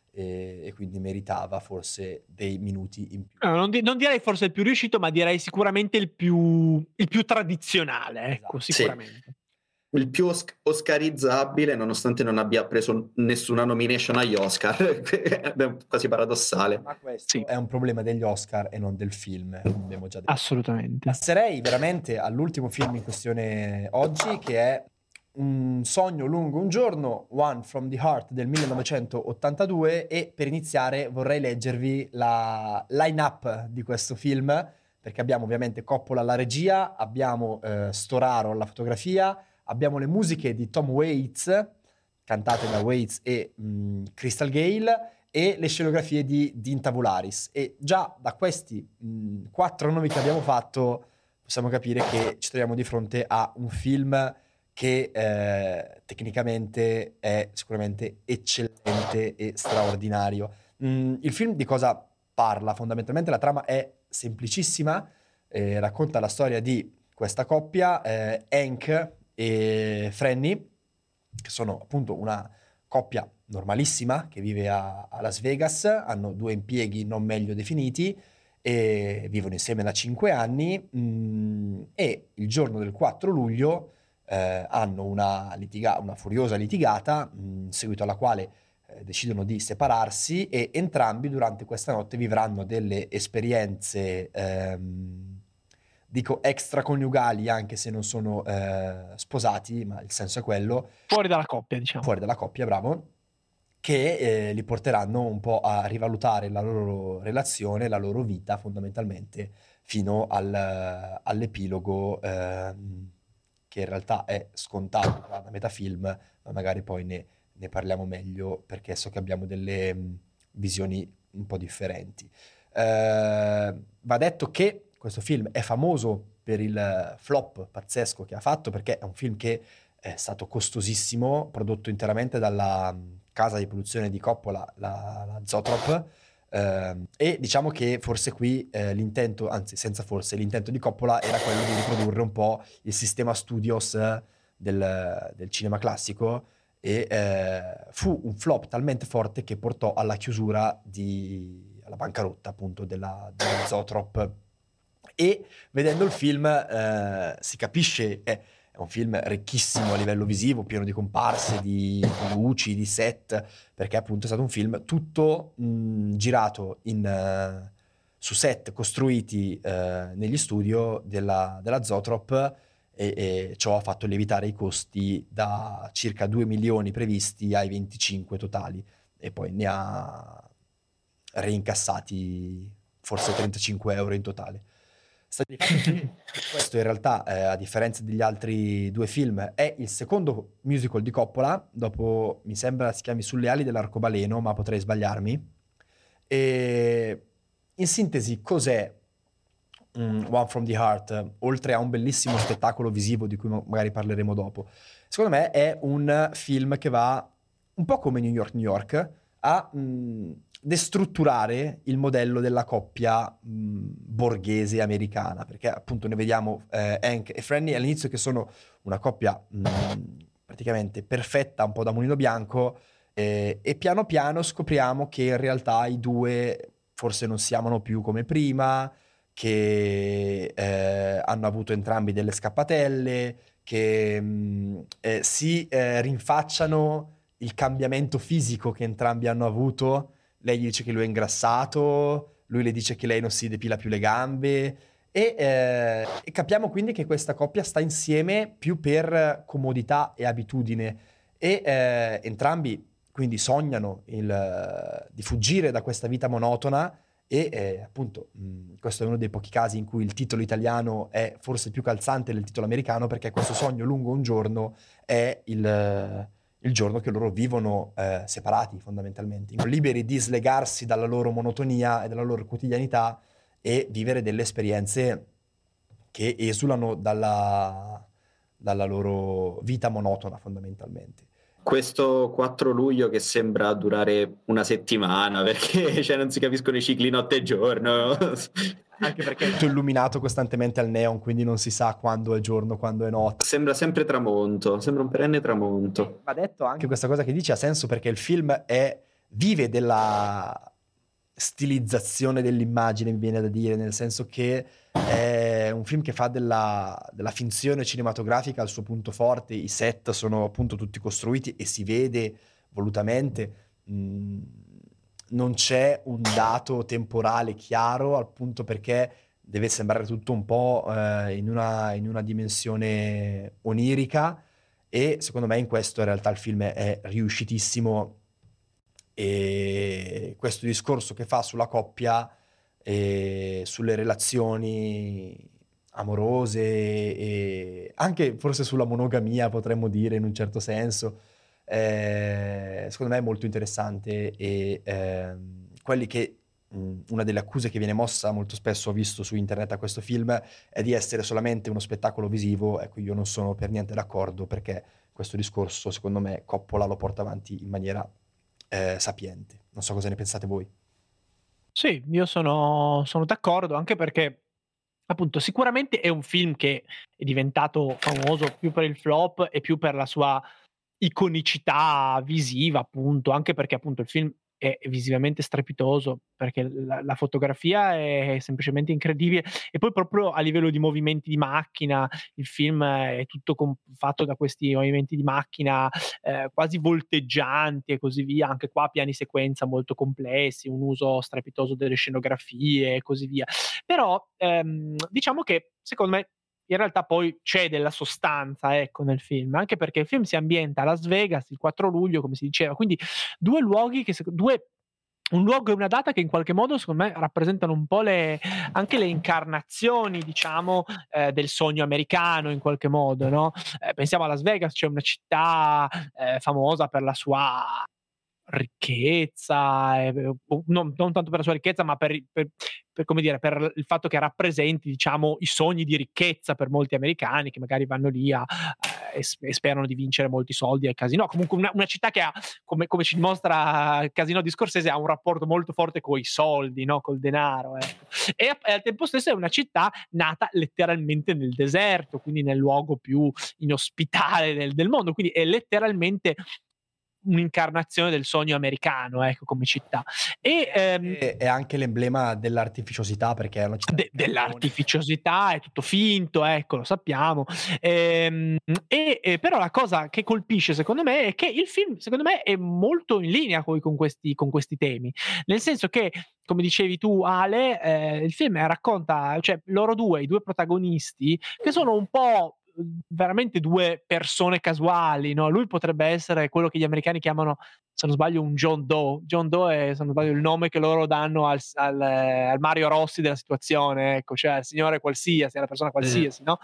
e, e quindi meritava forse dei minuti in più. No, non, di- non direi forse il più riuscito, ma direi sicuramente il più, il più tradizionale, ecco, Esatto. sicuramente. il più os- oscarizzabile, nonostante non abbia preso nessuna nomination agli Oscar. È quasi paradossale. Ma questo Sì. è un problema degli Oscar e non del film, come abbiamo già detto. Assolutamente. Passerei veramente all'ultimo film in questione oggi, che è Un sogno lungo un giorno, One from the Heart del millenovecentottantadue, e per iniziare vorrei leggervi la line-up di questo film, perché abbiamo ovviamente Coppola alla regia, abbiamo eh, Storaro alla fotografia, abbiamo le musiche di Tom Waits, cantate da Waits e mh, Crystal Gale, e le scenografie di Dean Tavularis. E già da questi mh, quattro nomi che abbiamo fatto possiamo capire che ci troviamo di fronte a un film che eh, tecnicamente è sicuramente eccellente e straordinario. Mm, il film di cosa parla? Fondamentalmente la trama è semplicissima, eh, racconta la storia di questa coppia, eh, Hank e Franny, che sono appunto una coppia normalissima che vive a, a Las Vegas, hanno due impieghi non meglio definiti e vivono insieme da cinque anni, mh, e il giorno del quattro luglio eh, hanno una, litiga- una furiosa litigata, mh, in seguito alla quale eh, decidono di separarsi, e entrambi durante questa notte vivranno delle esperienze, ehm, dico extraconiugali, anche se non sono eh, sposati, ma il senso è quello, Fuori dalla coppia, diciamo. fuori dalla coppia, bravo, che eh, li porteranno un po' a rivalutare la loro relazione, la loro vita fondamentalmente, fino al, all'epilogo, ehm, che in realtà è scontato da metà film, ma magari poi ne, ne parliamo meglio, perché so che abbiamo delle mh, visioni un po' differenti. Eh, va detto che questo film è famoso per il flop pazzesco che ha fatto, perché è un film che è stato costosissimo, prodotto interamente dalla mh, casa di produzione di Coppola, la, la Zoetrope, ehm, e diciamo che forse qui eh, l'intento, anzi senza forse, l'intento di Coppola era quello di riprodurre un po' il sistema studios del, del cinema classico, e eh, fu un flop talmente forte che portò alla chiusura di, alla bancarotta appunto della, della Zoetrope. E vedendo il film eh, si capisce, è, è un film ricchissimo a livello visivo, pieno di comparse, di, di luci, di set, perché appunto è stato un film tutto mh, girato in, eh, su set costruiti eh, negli studio della, della Zoetrope, e, e ciò ha fatto lievitare i costi da circa due milioni previsti ai venticinque totali, e poi ne ha reincassati forse trentacinque euro in totale. Sta di fatto che questo in realtà, eh, a differenza degli altri due film, è il secondo musical di Coppola, dopo mi sembra si chiami Sulle ali dell'arcobaleno, ma potrei sbagliarmi. E in sintesi, cos'è um, One from the Heart, oltre a un bellissimo spettacolo visivo di cui magari parleremo dopo? Secondo me è un film che va un po' come New York, New York, a mh, destrutturare il modello della coppia mh, borghese americana, perché appunto ne vediamo eh, Hank e Franny all'inizio che sono una coppia mh, praticamente perfetta, un po' da mulino bianco, eh, e piano piano scopriamo che in realtà i due forse non si amano più come prima, che eh, hanno avuto entrambi delle scappatelle, che mh, eh, si eh, rinfacciano il cambiamento fisico che entrambi hanno avuto. Lei gli dice che lui è ingrassato, lui le dice che lei non si depila più le gambe e, eh, e capiamo quindi che questa coppia sta insieme più per comodità e abitudine e eh, entrambi quindi sognano il, di fuggire da questa vita monotona e eh, appunto mh, questo è uno dei pochi casi in cui il titolo italiano è forse più calzante del titolo americano, perché questo sogno lungo un giorno è il... il giorno che loro vivono eh, separati fondamentalmente, liberi di slegarsi dalla loro monotonia e dalla loro quotidianità e vivere delle esperienze che esulano dalla, dalla loro vita monotona fondamentalmente. Questo quattro luglio che sembra durare una settimana perché cioè, non si capiscono i cicli notte e giorno. Anche perché è tutto illuminato costantemente al neon, quindi non si sa quando è giorno, quando è notte. Sembra sempre tramonto, sembra un perenne tramonto. Va detto anche questa cosa che dici ha senso perché il film è, vive della stilizzazione dell'immagine, mi viene da dire, nel senso che è un film che fa della, della finzione cinematografica il suo punto forte, i set sono appunto tutti costruiti e si vede volutamente. Mh, non c'è un dato temporale chiaro, al punto perché deve sembrare tutto un po' eh, in, una, in una dimensione onirica e secondo me in questo in realtà il film è riuscitissimo e questo discorso che fa sulla coppia e sulle relazioni amorose e anche forse sulla monogamia potremmo dire in un certo senso, eh, secondo me è molto interessante e ehm, quelli che mh, una delle accuse che viene mossa molto spesso, ho visto su internet a questo film, è di essere solamente uno spettacolo visivo. Ecco, io non sono per niente d'accordo perché questo discorso secondo me Coppola lo porta avanti in maniera eh, sapiente. Non so cosa ne pensate voi. Sì, io sono, sono d'accordo, anche perché appunto sicuramente è un film che è diventato famoso più per il flop e più per la sua iconicità visiva, appunto, anche perché appunto il film è visivamente strepitoso, perché la, la fotografia è semplicemente incredibile e poi proprio a livello di movimenti di macchina il film è tutto com- fatto da questi movimenti di macchina eh, quasi volteggianti e così via, anche qua piani sequenza molto complessi, un uso strepitoso delle scenografie e così via, però ehm, diciamo che secondo me in realtà poi c'è della sostanza, ecco, nel film, anche perché il film si ambienta a Las Vegas il quattro luglio, come si diceva, quindi due luoghi che due un luogo e una data che in qualche modo secondo me rappresentano un po' le anche le incarnazioni, diciamo, eh, del sogno americano in qualche modo, no? Eh, pensiamo a Las Vegas, c'è una città eh, famosa per la sua ricchezza, eh, non, non tanto per la sua ricchezza, ma per, per, per, come dire, per il fatto che rappresenti, diciamo, i sogni di ricchezza per molti americani che magari vanno lì a, a, e, e sperano di vincere molti soldi al casino. Comunque una, una città che ha, come, come ci dimostra il Casino di Scorsese, ha un rapporto molto forte con i soldi, no? Col denaro. Ecco. E, e al tempo stesso è una città nata letteralmente nel deserto, quindi nel luogo più inospitale del, del mondo, quindi è letteralmente un'incarnazione del sogno americano, ecco, come città. E ehm, è anche l'emblema dell'artificiosità, perché è una città de- dell'artificiosità, è tutto finto, ecco, lo sappiamo. Ehm, e, e però la cosa che colpisce secondo me è che il film secondo me è molto in linea con, con, questi, con questi temi, nel senso che, come dicevi tu Ale, eh, il film racconta, cioè loro due, i due protagonisti, che sono un po' veramente due persone casuali, no? Lui potrebbe essere quello che gli americani chiamano, se non sbaglio, un John Doe. John Doe è, se non sbaglio, il nome che loro danno al, al, al Mario Rossi della situazione, ecco, cioè al signore qualsiasi, alla persona qualsiasi, mm. no?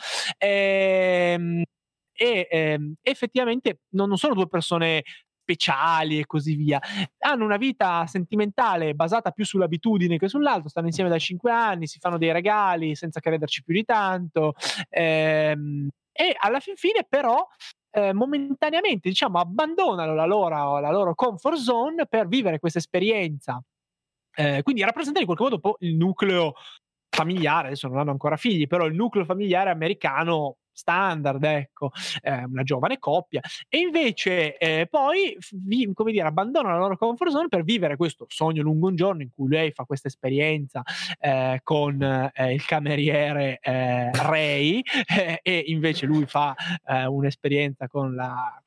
E, e ehm, effettivamente non, non sono due persone speciali e così via, hanno una vita sentimentale basata più sull'abitudine che sull'altro, stanno insieme da cinque anni, si fanno dei regali senza crederci più di tanto, ehm, e alla fin fine però eh, momentaneamente, diciamo, abbandonano la loro, la loro comfort zone per vivere questa esperienza, eh, quindi rappresentare in qualche modo un po' il nucleo familiare, adesso non hanno ancora figli, però il nucleo familiare americano standard, ecco, eh, una giovane coppia, e invece eh, poi vi, come dire, abbandonano la loro comfort zone per vivere questo sogno lungo un giorno in cui lei fa questa esperienza eh, con eh, il cameriere eh, Ray eh, e invece lui fa eh, un'esperienza con la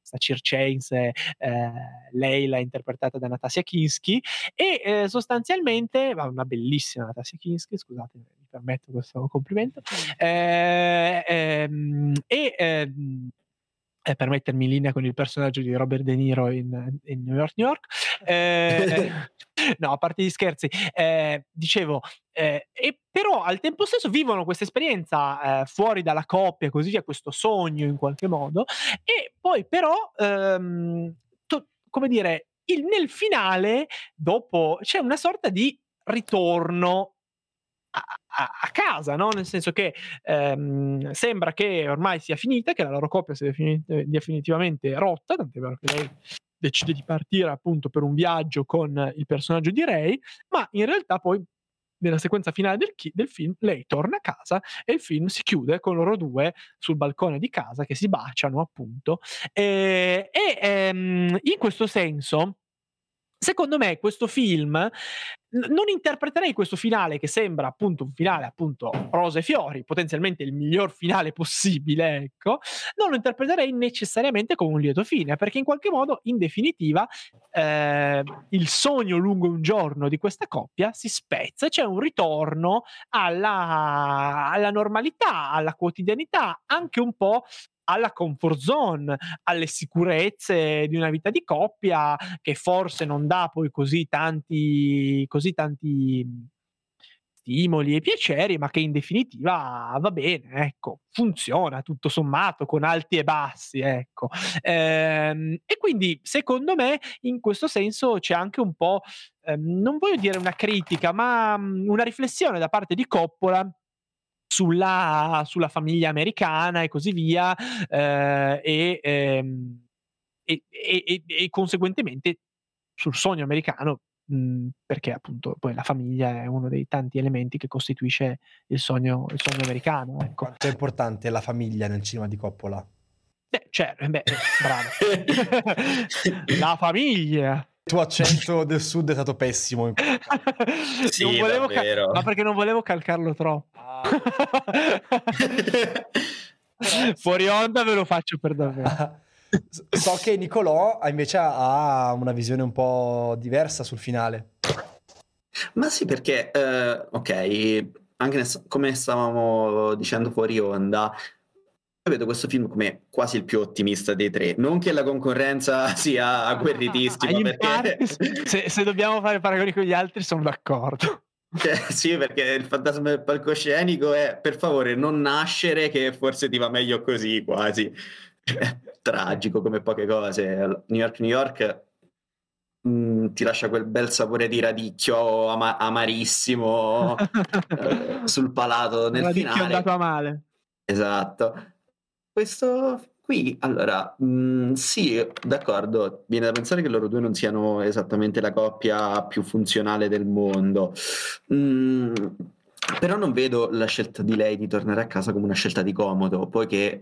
questa circense eh, Leila interpretata da Natasha Kinski e eh, sostanzialmente ma una bellissima Natasha Kinski, scusate mi permetto questo complimento eh, ehm, e ehm, eh, per mettermi in linea con il personaggio di Robert De Niro in, in New York New York eh, no a parte gli scherzi eh, dicevo eh, e però al tempo stesso vivono questa esperienza eh, fuori dalla coppia così via, questo sogno in qualche modo e poi però ehm, to- come dire il, nel finale dopo c'è una sorta di ritorno a, a, a casa, no? Nel senso che ehm, sembra che ormai sia finita, che la loro coppia sia defini- definitivamente rotta, tant'è vero che lei decide di partire appunto per un viaggio con il personaggio di Ray, ma in realtà poi nella sequenza finale del, chi- del film lei torna a casa e il film si chiude con loro due sul balcone di casa che si baciano appunto e, e ehm, in questo senso secondo me questo film n- non interpreterei questo finale che sembra appunto un finale appunto rose e fiori, potenzialmente il miglior finale possibile, ecco, non lo interpreterei necessariamente come un lieto fine, perché in qualche modo, in definitiva, eh, il sogno lungo un giorno di questa coppia si spezza e c'è un ritorno alla, alla normalità, alla quotidianità, anche un po' alla comfort zone, alle sicurezze di una vita di coppia che forse non dà poi così tanti così tanti stimoli e piaceri, ma che in definitiva va bene, ecco, funziona tutto sommato con alti e bassi, ecco. Ehm, e quindi secondo me in questo senso c'è anche un po', ehm, non voglio dire una critica, ma mh, una riflessione da parte di Coppola sulla, sulla famiglia americana e così via, eh, e, ehm, e, e, e, e conseguentemente sul sogno americano, mh, perché appunto poi la famiglia è uno dei tanti elementi che costituisce il sogno, il sogno americano. Ecco. Quanto è importante la famiglia nel cinema di Coppola? Beh, cioè, beh, bravo. La famiglia. Il tuo accento del sud è stato pessimo. In Sì, non volevo ca- davvero. ma perché non volevo calcarlo troppo. Ah. Fuori onda ve lo faccio per davvero. So che Nicolò ha invece ha una visione un po' diversa sul finale. Ma sì, perché, eh, ok, anche nel- come stavamo dicendo fuori onda, io vedo questo film come quasi il più ottimista dei tre. Non che la concorrenza sia agguerritissima, In perché... parte, se, se dobbiamo fare paragoni con gli altri, sono d'accordo. Cioè, sì, perché il fantasma del palcoscenico è, per favore, non nascere, che forse ti va meglio così, quasi. È tragico come poche cose. New York, New York mh, ti lascia quel bel sapore di radicchio ama- amarissimo eh, sul palato nel Radicchio è finale. andato a male. Esatto. Questo qui, allora, mh, sì, d'accordo, viene da pensare che loro due non siano esattamente la coppia più funzionale del mondo. Mm, però non vedo la scelta di lei di tornare a casa come una scelta di comodo, poiché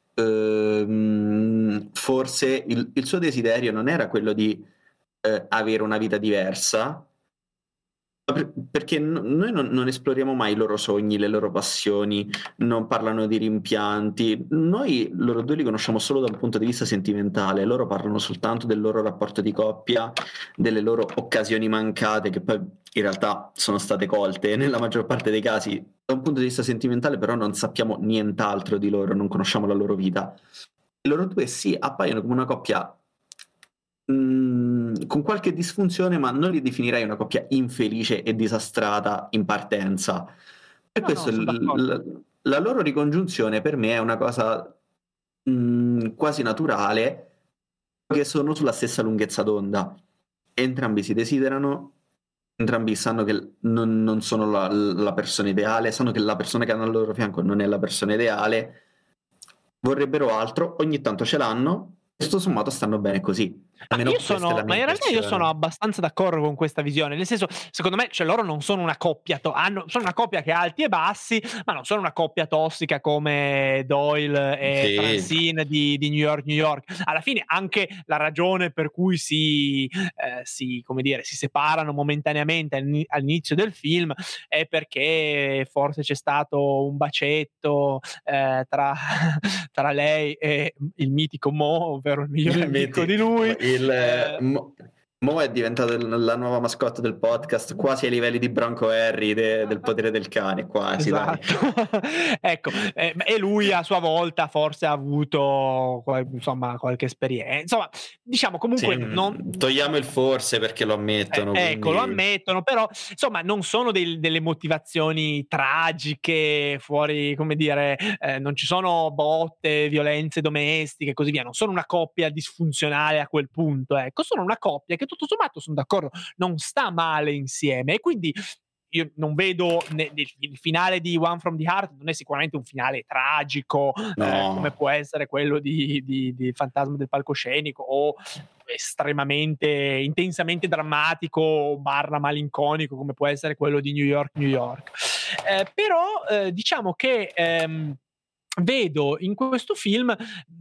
ehm, forse il, il suo desiderio non era quello di eh, avere una vita diversa, per- perché no- noi non, non esploriamo mai i loro sogni, le loro passioni, non parlano di rimpianti. Noi loro due li conosciamo solo da un punto di vista sentimentale, loro parlano soltanto del loro rapporto di coppia, delle loro occasioni mancate, che poi in realtà sono state colte nella maggior parte dei casi. Da un punto di vista sentimentale, però, non sappiamo nient'altro di loro, non conosciamo la loro vita. E loro due sì, appaiono come una coppia mh, con qualche disfunzione, ma non li definirei una coppia infelice e disastrata in partenza. E No, questo, no, sono il- d'accordo. la, la loro ricongiunzione per me è una cosa mh, quasi naturale, perché sono sulla stessa lunghezza d'onda. Entrambi si desiderano, entrambi sanno che non, non sono la, la persona ideale, sanno che la persona che hanno al loro fianco non è la persona ideale, vorrebbero altro, ogni tanto ce l'hanno, e tutto sommato stanno bene così. Ma, Almeno io questa è sono, la ma mia in realtà io impressione. sono abbastanza d'accordo con questa visione, nel senso, secondo me, cioè, loro non sono una coppia, to- hanno, sono una coppia che ha alti e bassi, ma non sono una coppia tossica come Doyle e Sì. Francine di, di New York, New York. Alla fine anche la ragione per cui si, eh, si, come dire, si separano momentaneamente all'ini- all'inizio del film è perché forse c'è stato un bacetto eh, tra, tra lei e il mitico Mo, ovvero il migliore amico di lui. Il, Eh, Mo, Mo è diventato la nuova mascotte del podcast, quasi ai livelli di Bronco Harry de- del potere del cane, quasi, dai. Esatto. Ecco, eh, e lui a sua volta forse ha avuto qual- insomma qualche esperienza. Insomma, diciamo comunque Sì, non togliamo il forse perché lo Eh, ammettono, ecco, lo quindi... ammettono, però insomma non sono del- delle motivazioni tragiche fuori, come dire, eh, non ci sono botte, violenze domestiche e così via, non sono una coppia disfunzionale a quel punto, ecco, sono una coppia che tutto sommato, sono d'accordo, non sta male insieme e quindi io non vedo ne- ne- il finale di One from the Heart non è sicuramente un finale tragico eh, come No, può essere quello di, di, di Fantasma del palcoscenico o estremamente intensamente drammatico barra malinconico come può essere quello di New York New York eh, però eh, diciamo che ehm, vedo in questo film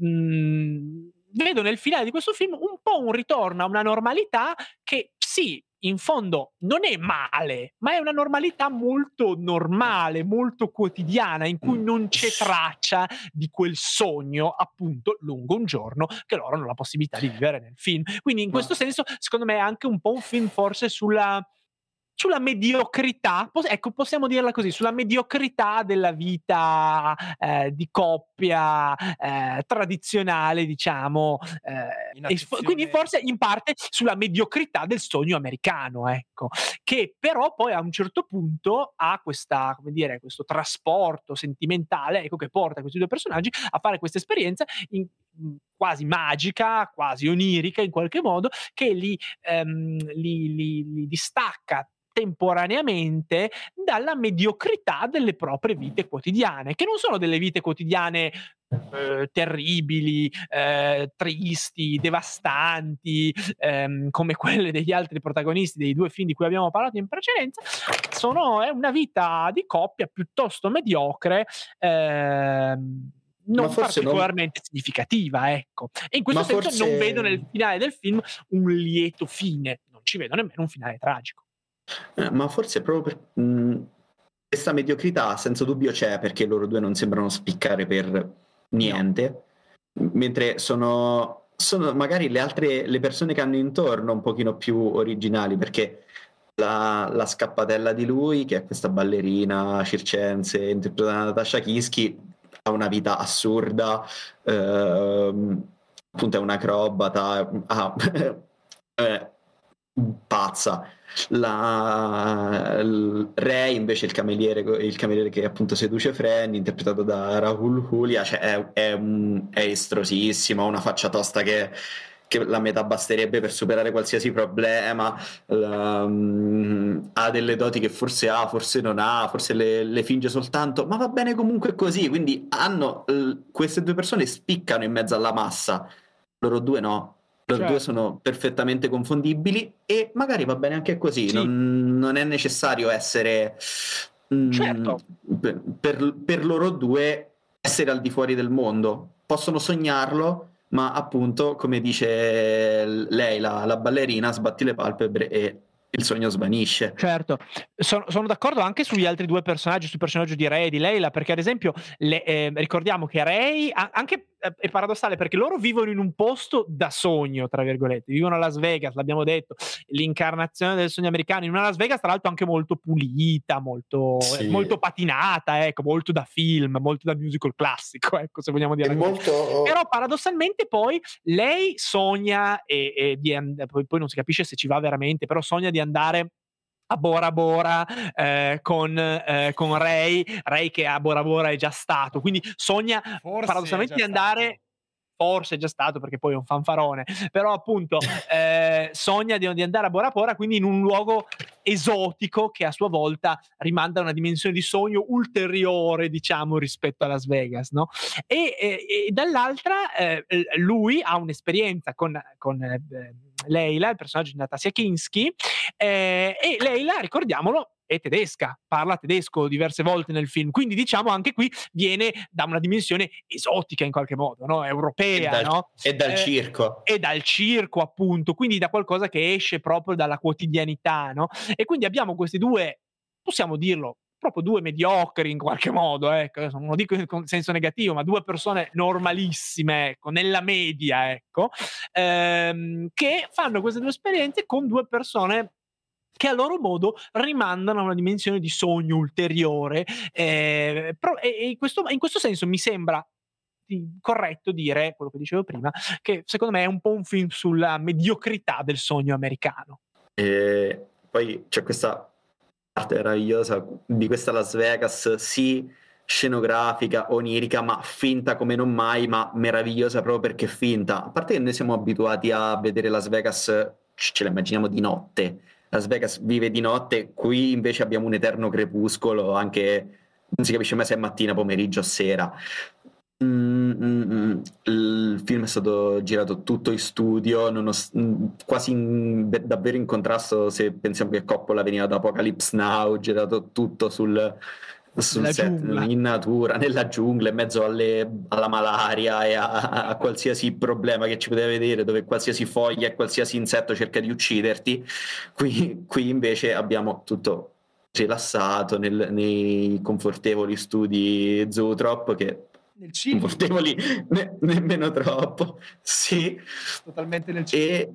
mh, vedo nel finale di questo film un po' un ritorno a una normalità che sì, in fondo non è male, ma è una normalità molto normale, molto quotidiana, in cui non c'è traccia di quel sogno, appunto, lungo un giorno che loro hanno la possibilità di vivere nel film. Quindi in Ma- questo senso, secondo me è anche un po' un film forse sulla sulla mediocrità, pos- ecco, possiamo dirla così, sulla mediocrità della vita eh, di coppia eh, tradizionale, diciamo, eh, In e fo- accezione- quindi forse in parte sulla mediocrità del sogno americano, ecco, che però poi a un certo punto ha questa, come dire, questo trasporto sentimentale, ecco, che porta questi due personaggi a fare questa esperienza in- quasi magica, quasi onirica in qualche modo, che li, ehm, li, li, li distacca temporaneamente dalla mediocrità delle proprie vite quotidiane, che non sono delle vite quotidiane eh, terribili, eh, tristi, devastanti, ehm, come quelle degli altri protagonisti dei due film di cui abbiamo parlato in precedenza, sono, è una vita di coppia piuttosto mediocre, ehm, Ma non forse non... particolarmente significativa, ecco. E in questo Ma senso non vedo forse... nel finale del film un lieto fine, non ci vedo nemmeno un finale tragico. Eh, ma forse proprio per mh, questa mediocrità senza dubbio c'è perché loro due non sembrano spiccare per niente, no. Mentre sono, sono magari le altre le persone che hanno intorno un pochino più originali, perché la, la scappatella di lui, che è questa ballerina circense interpretata da Natasha Kinski, ha una vita assurda, ehm, appunto è un'acrobata, ha, eh, pazza. La, il Ray invece il cameriere, il cameriere che appunto seduce Fran, interpretato da Rahul Julia, cioè è, è, un, è estrosissimo, ha una faccia tosta che, che la metà basterebbe per superare qualsiasi problema, la, um, ha delle doti che forse ha, forse non ha, forse le, le finge soltanto, ma va bene comunque così, quindi hanno l- queste due persone spiccano in mezzo alla massa, loro due no. Loro due Certo. sono perfettamente confondibili e magari va bene anche così, Sì. non, non è necessario essere mm, Certo. per, per, per loro due essere al di fuori del mondo, possono sognarlo, ma appunto come dice lei, la, la ballerina, sbatti le palpebre e il sogno svanisce. Certo, sono, sono d'accordo anche sugli altri due personaggi, sul personaggio di Ray e di Leila, perché ad esempio le, eh, ricordiamo che Ray, a- anche eh, è paradossale perché loro vivono in un posto da sogno, tra virgolette, vivono a Las Vegas, l'abbiamo detto, l'incarnazione del sogno americano, in una Las Vegas tra l'altro anche molto pulita, molto, Sì. molto patinata, ecco, molto da film, molto da musical classico, ecco, se vogliamo dire È così. molto... Però paradossalmente poi lei sogna e, e di, poi, poi non si capisce se ci va veramente, però sogna di andare a Bora Bora eh, con, eh, con Ray, Ray che a Bora Bora è già stato, quindi sogna Forse paradossalmente è di già andare, stato. forse è già stato perché poi è un fanfarone, però appunto eh, sogna di, di andare a Bora Bora, quindi in un luogo esotico che a sua volta rimanda a una dimensione di sogno ulteriore, diciamo, rispetto a Las Vegas, no? E, e, e dall'altra eh, lui ha un'esperienza con, con eh, Leila, il personaggio di Natasha Kinski, eh, e Leila, ricordiamolo, è tedesca, parla tedesco diverse volte nel film, quindi diciamo anche qui viene da una dimensione esotica in qualche modo, no? Europea, e dal, no? E dal eh, circo. E dal circo, appunto, quindi da qualcosa che esce proprio dalla quotidianità, no? E quindi abbiamo questi due, possiamo dirlo, proprio due mediocri in qualche modo, ecco, non lo dico in senso negativo, ma due persone normalissime, ecco, nella media, ecco, ehm, che fanno queste due esperienze con due persone che a loro modo rimandano a una dimensione di sogno ulteriore, eh, pro, e, e in, questo, in questo senso mi sembra corretto dire, quello che dicevo prima, che secondo me è un po' un film sulla mediocrità del sogno americano. E poi c'è questa parte meravigliosa di questa Las Vegas, sì, scenografica, onirica, ma finta come non mai, ma meravigliosa proprio perché è finta. A parte che noi siamo abituati a vedere Las Vegas, ce la immaginiamo di notte. Las Vegas vive di notte, qui invece abbiamo un eterno crepuscolo, anche non si capisce mai se è mattina, pomeriggio o sera. Mm, mm, mm. Il film è stato girato tutto in studio, nonost- quasi in, davvero in contrasto se pensiamo che Coppola veniva da Apocalypse Now, girato tutto sul, sul set, giungla. in natura, nella giungla, in mezzo alle, alla malaria e a, a qualsiasi problema che ci poteva vedere, dove qualsiasi foglia e qualsiasi insetto cerca di ucciderti. Qui, qui invece abbiamo tutto rilassato nel, nei confortevoli studi Zoetrope, che nel cibo, confortevoli ne, nemmeno troppo, sì, totalmente nel cibo. e,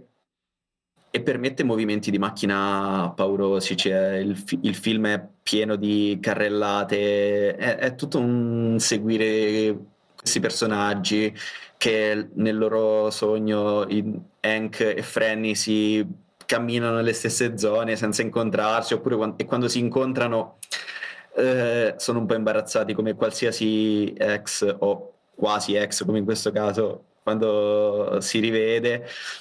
e permette movimenti di macchina paurosi, cioè il, il film è pieno di carrellate, è, è tutto un seguire questi personaggi che nel loro sogno in Hank e Franny si camminano nelle stesse zone senza incontrarsi, oppure quando, e quando si incontrano Eh, sono un po' imbarazzati come qualsiasi ex o quasi ex, come in questo caso, quando si rivede.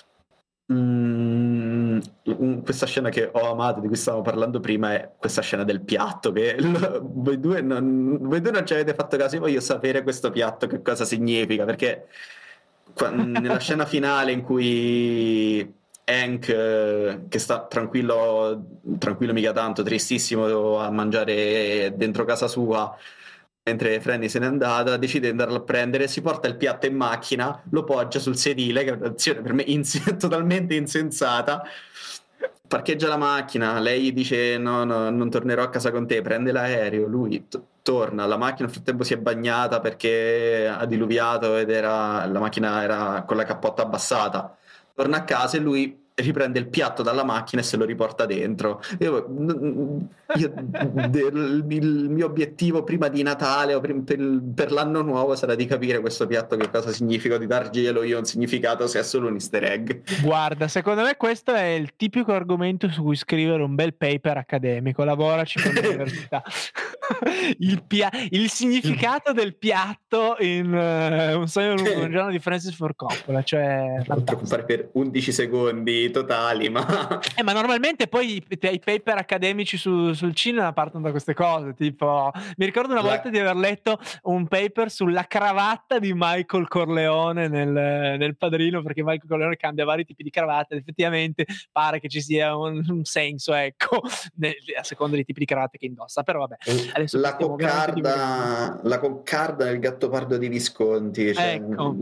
Mm, questa scena che ho amato, di cui stavamo parlando prima, è questa scena del piatto che l- voi, due non, voi due non ci avete fatto caso. Io voglio sapere questo piatto che cosa significa, perché qua, nella scena finale in cui Hank, eh, che sta tranquillo, tranquillo mica tanto, tristissimo a mangiare dentro casa sua, mentre Franny se n'è andata, decide di andarlo a prendere, si porta il piatto in macchina, lo poggia sul sedile, che è un'azione per me ins- totalmente insensata, parcheggia la macchina, lei dice no, no, non tornerò a casa con te, prende l'aereo, lui t- torna, la macchina nel frattempo si è bagnata perché ha diluviato ed era, la macchina era con la cappotta abbassata. Torna a casa e lui riprende il piatto dalla macchina e se lo riporta dentro. Io, io del, il mio obiettivo prima di Natale o per, per l'anno nuovo sarà di capire questo piatto che cosa significa, di darglielo io un significato, se è solo un easter egg. Guarda, secondo me questo è il tipico argomento su cui scrivere un bel paper accademico. Lavoraci con l'università. il, pia- il significato del piatto in uh, Un sogno lungo un giorno di Francis Ford Coppola, cioè non preoccupare per undici secondi totali, ma eh, ma normalmente poi i, i paper accademici su, sul cinema partono da queste cose, tipo mi ricordo una La... volta di aver letto un paper sulla cravatta di Michael Corleone nel, nel Padrino, perché Michael Corleone cambia vari tipi di cravatta ed effettivamente pare che ci sia un, un senso, ecco, nel, a seconda dei tipi di cravatte che indossa, però vabbè. Adesso la coccarda, la coccarda nel Gattopardo di Visconti, cioè... ecco.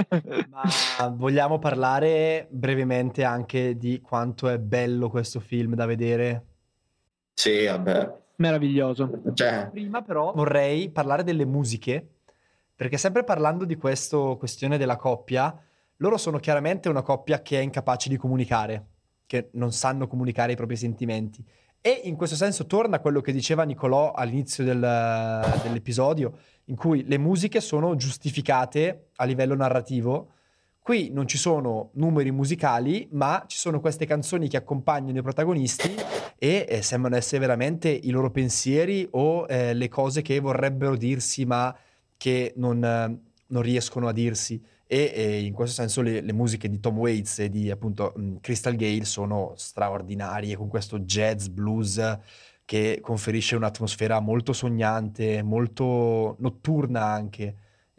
Ma vogliamo parlare brevemente anche di quanto è bello questo film da vedere? Sì, vabbè, meraviglioso. Cioè... Prima però vorrei parlare delle musiche, perché sempre parlando di questa questione della coppia, loro sono chiaramente una coppia che è incapace di comunicare, che non sanno comunicare i propri sentimenti. E in questo senso torna quello che diceva Nicolò all'inizio del, dell'episodio, in cui le musiche sono giustificate a livello narrativo. Qui non ci sono numeri musicali, ma ci sono queste canzoni che accompagnano i protagonisti e eh, sembrano essere veramente i loro pensieri o eh, le cose che vorrebbero dirsi ma che non, eh, non riescono a dirsi. e, e in questo senso le, le musiche di Tom Waits e di appunto mh, Crystal Gale sono straordinarie, con questo jazz blues che conferisce un'atmosfera molto sognante, molto notturna anche,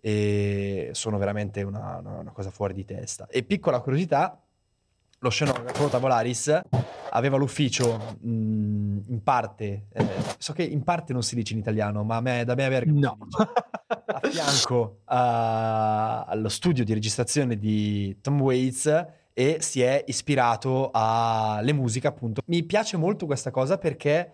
e sono veramente una, una- una cosa fuori di testa. E piccola curiosità, lo scenografo Tavolaris aveva l'ufficio mh, in parte, eh, so che in parte non si dice in italiano, ma a me, da me a Bergamo No. si dice, a fianco a- allo studio di registrazione di Tom Waits, e si è ispirato alle musiche, appunto. Mi piace molto questa cosa perché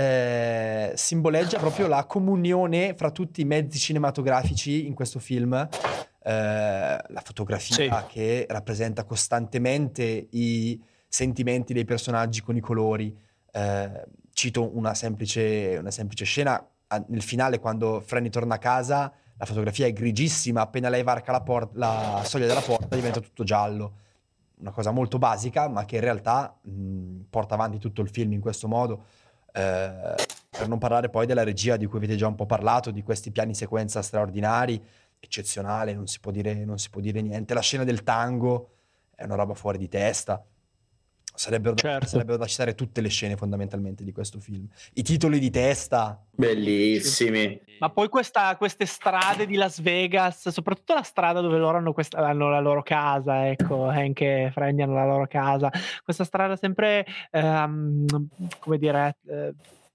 eh, simboleggia proprio la comunione fra tutti i mezzi cinematografici in questo film. Eh, la fotografia Sì. che rappresenta costantemente i sentimenti dei personaggi con i colori. Eh, cito una semplice, una semplice scena a- nel finale, quando Franny torna a casa, la fotografia è grigissima, appena lei varca la, por- la soglia della porta diventa tutto giallo. Una cosa molto basica, ma che in realtà mh, porta avanti tutto il film in questo modo. Eh, per non parlare poi della regia di cui avete già un po' parlato, di questi piani sequenza straordinari, eccezionale, non si può dire, non si può dire niente. La scena del tango è una roba fuori di testa. Sarebbero da, Certo. sarebbero da citare tutte le scene fondamentalmente di questo film. I titoli di testa. Bellissimi. Ma poi questa, queste strade di Las Vegas, soprattutto la strada dove loro hanno, questa, hanno la loro casa, ecco, Hank e Franny hanno la loro casa, questa strada sempre, ehm, come dire, eh,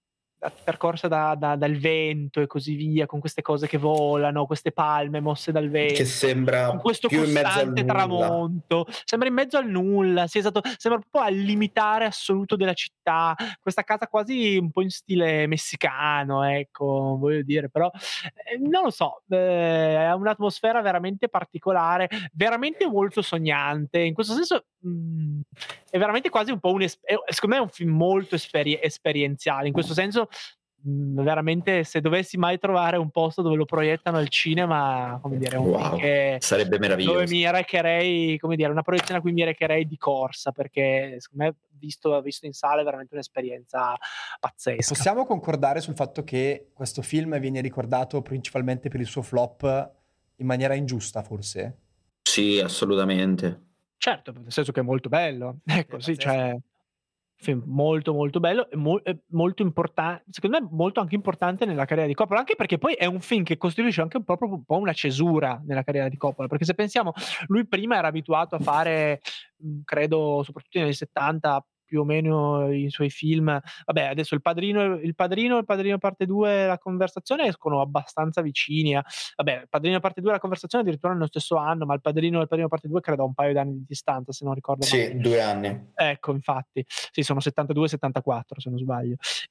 percorsa da, da- dal vento e così via, con queste cose che volano, queste palme mosse dal vento, Che sembra con questo più in mezzo al costante nulla. tramonto, sembra in mezzo al nulla, sì, esatto, sembra proprio al limitare assoluto della città, questa casa quasi un po' in stile messicano, ecco, voglio dire, però eh, non lo so, eh, è un'atmosfera veramente particolare, veramente molto sognante, in questo senso mh, è veramente quasi un po' un es- è- secondo me è un film molto esperi- esperienziale, in questo senso mh, veramente, se dovessi mai trovare un posto dove lo proiettano al cinema, come dire, è un film Wow, che sarebbe dove meraviglioso. mi recherei, come dire, una proiezione a cui mi recherei di corsa, perché secondo me visto, visto in sala è veramente un'esperienza pazzesca. Possiamo concordare sul fatto che questo film viene ricordato principalmente per il suo flop in maniera ingiusta, forse? Sì, assolutamente. Certo, nel senso che è molto bello, ecco, È sì, pazzesco. cioè film molto molto bello e mo- e molto importante, secondo me molto anche importante nella carriera di Coppola, anche perché poi è un film che costituisce anche un po', proprio un po' una cesura nella carriera di Coppola, perché se pensiamo, lui prima era abituato a fare, mh, credo soprattutto negli anni settanta, più o meno i suoi film, vabbè adesso il Padrino, il Padrino, il Padrino parte due e la Conversazione escono abbastanza vicini a, vabbè il Padrino parte due e la Conversazione addirittura nello stesso anno, ma il Padrino e il Padrino parte due credo a un paio d'anni di distanza, se non ricordo male. Sì, due anni. Ecco, infatti, sì, sono settantadue settantaquattro se non sbaglio.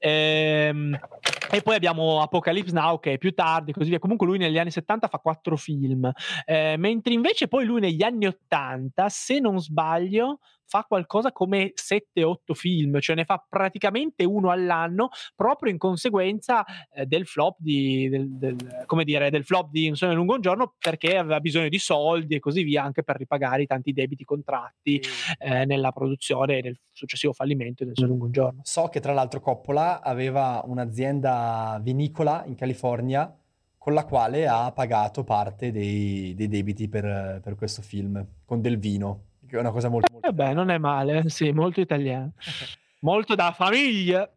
Ehm, e poi abbiamo Apocalypse Now che è più tardi e così via. Comunque lui negli anni settanta fa quattro film, eh, mentre invece poi lui negli anni ottanta, se non sbaglio, fa qualcosa come sette otto film, cioè ne fa praticamente uno all'anno, proprio in conseguenza eh, del flop di del, del, come dire, del flop di Un sogno lungo un giorno, perché aveva bisogno di soldi e così via, anche per ripagare i tanti debiti contratti eh, nella produzione e nel successivo fallimento di Un sogno lungo un giorno. So che tra l'altro Coppola aveva un'azienda vinicola in California con la quale ha pagato parte dei, dei debiti per, per questo film, con del vino, che è una cosa molto molto E beh, non è male, sì, molto italiano. Molto da famiglia.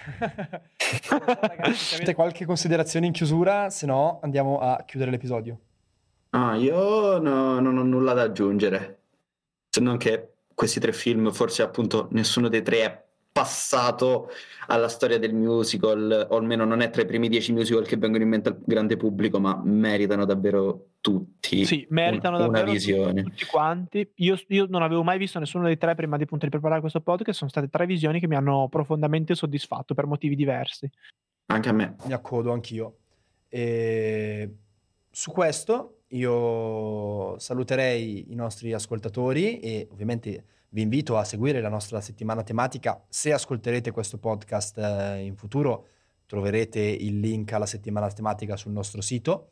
Ragazzi, se avete qualche considerazione in chiusura, se no andiamo a chiudere l'episodio. Ah, io no- non ho nulla da aggiungere, se non che questi tre film, forse appunto nessuno dei tre è passato alla storia del musical, o almeno non è tra i primi dieci musical che vengono in mente al grande pubblico, ma meritano davvero tutti Sì, meritano un- una davvero tu- visione. tutti quanti. Io, io non avevo mai visto nessuno dei tre prima di, appunto, di preparare questo podcast. Sono state tre visioni che mi hanno profondamente soddisfatto per motivi diversi. Anche a me. Mi accodo anch'io. E su questo io saluterei i nostri ascoltatori e ovviamente vi invito a seguire la nostra settimana tematica. Se ascolterete questo podcast eh, in futuro troverete il link alla settimana tematica sul nostro sito.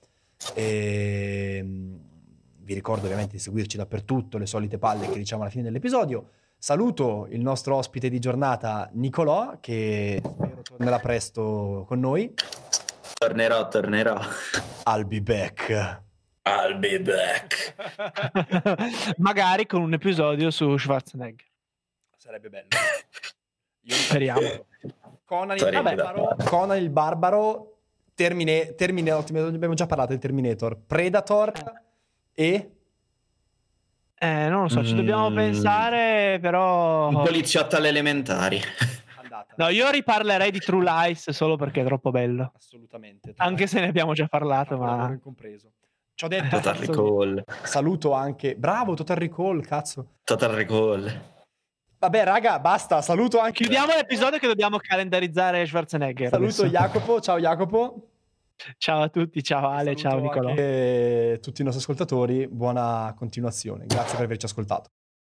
E mm, vi ricordo ovviamente di seguirci dappertutto, le solite palle che diciamo alla fine dell'episodio. Saluto il nostro ospite di giornata Nicolò, che spero tornerà presto con noi. Tornerò, tornerò. I'll be back. I'll be back. Magari con un episodio su Schwarzenegger. Sarebbe bello. Io Speriamo. Conan il Sarebbe barbaro, Conan il barbaro, Termine, Terminator, abbiamo già parlato di Terminator, Predator e Eh, non lo so, ci Mm. dobbiamo pensare, però... Un poliziotto alle elementari. andata. No, io riparlerei di True Lies solo perché è troppo bello. Assolutamente. Anche se ne abbiamo già parlato, Capolavoro ma... incompreso. Ci ho detto, Total Recall. saluto anche, bravo Total Recall, cazzo. Total Recall. Vabbè raga, basta, saluto anche Chiudiamo l'episodio che dobbiamo calendarizzare Schwarzenegger. Saluto adesso. Jacopo, ciao Jacopo. Ciao a tutti, ciao Ale, Saluto ciao Nicolò. anche tutti i nostri ascoltatori, buona continuazione. Grazie per averci ascoltato.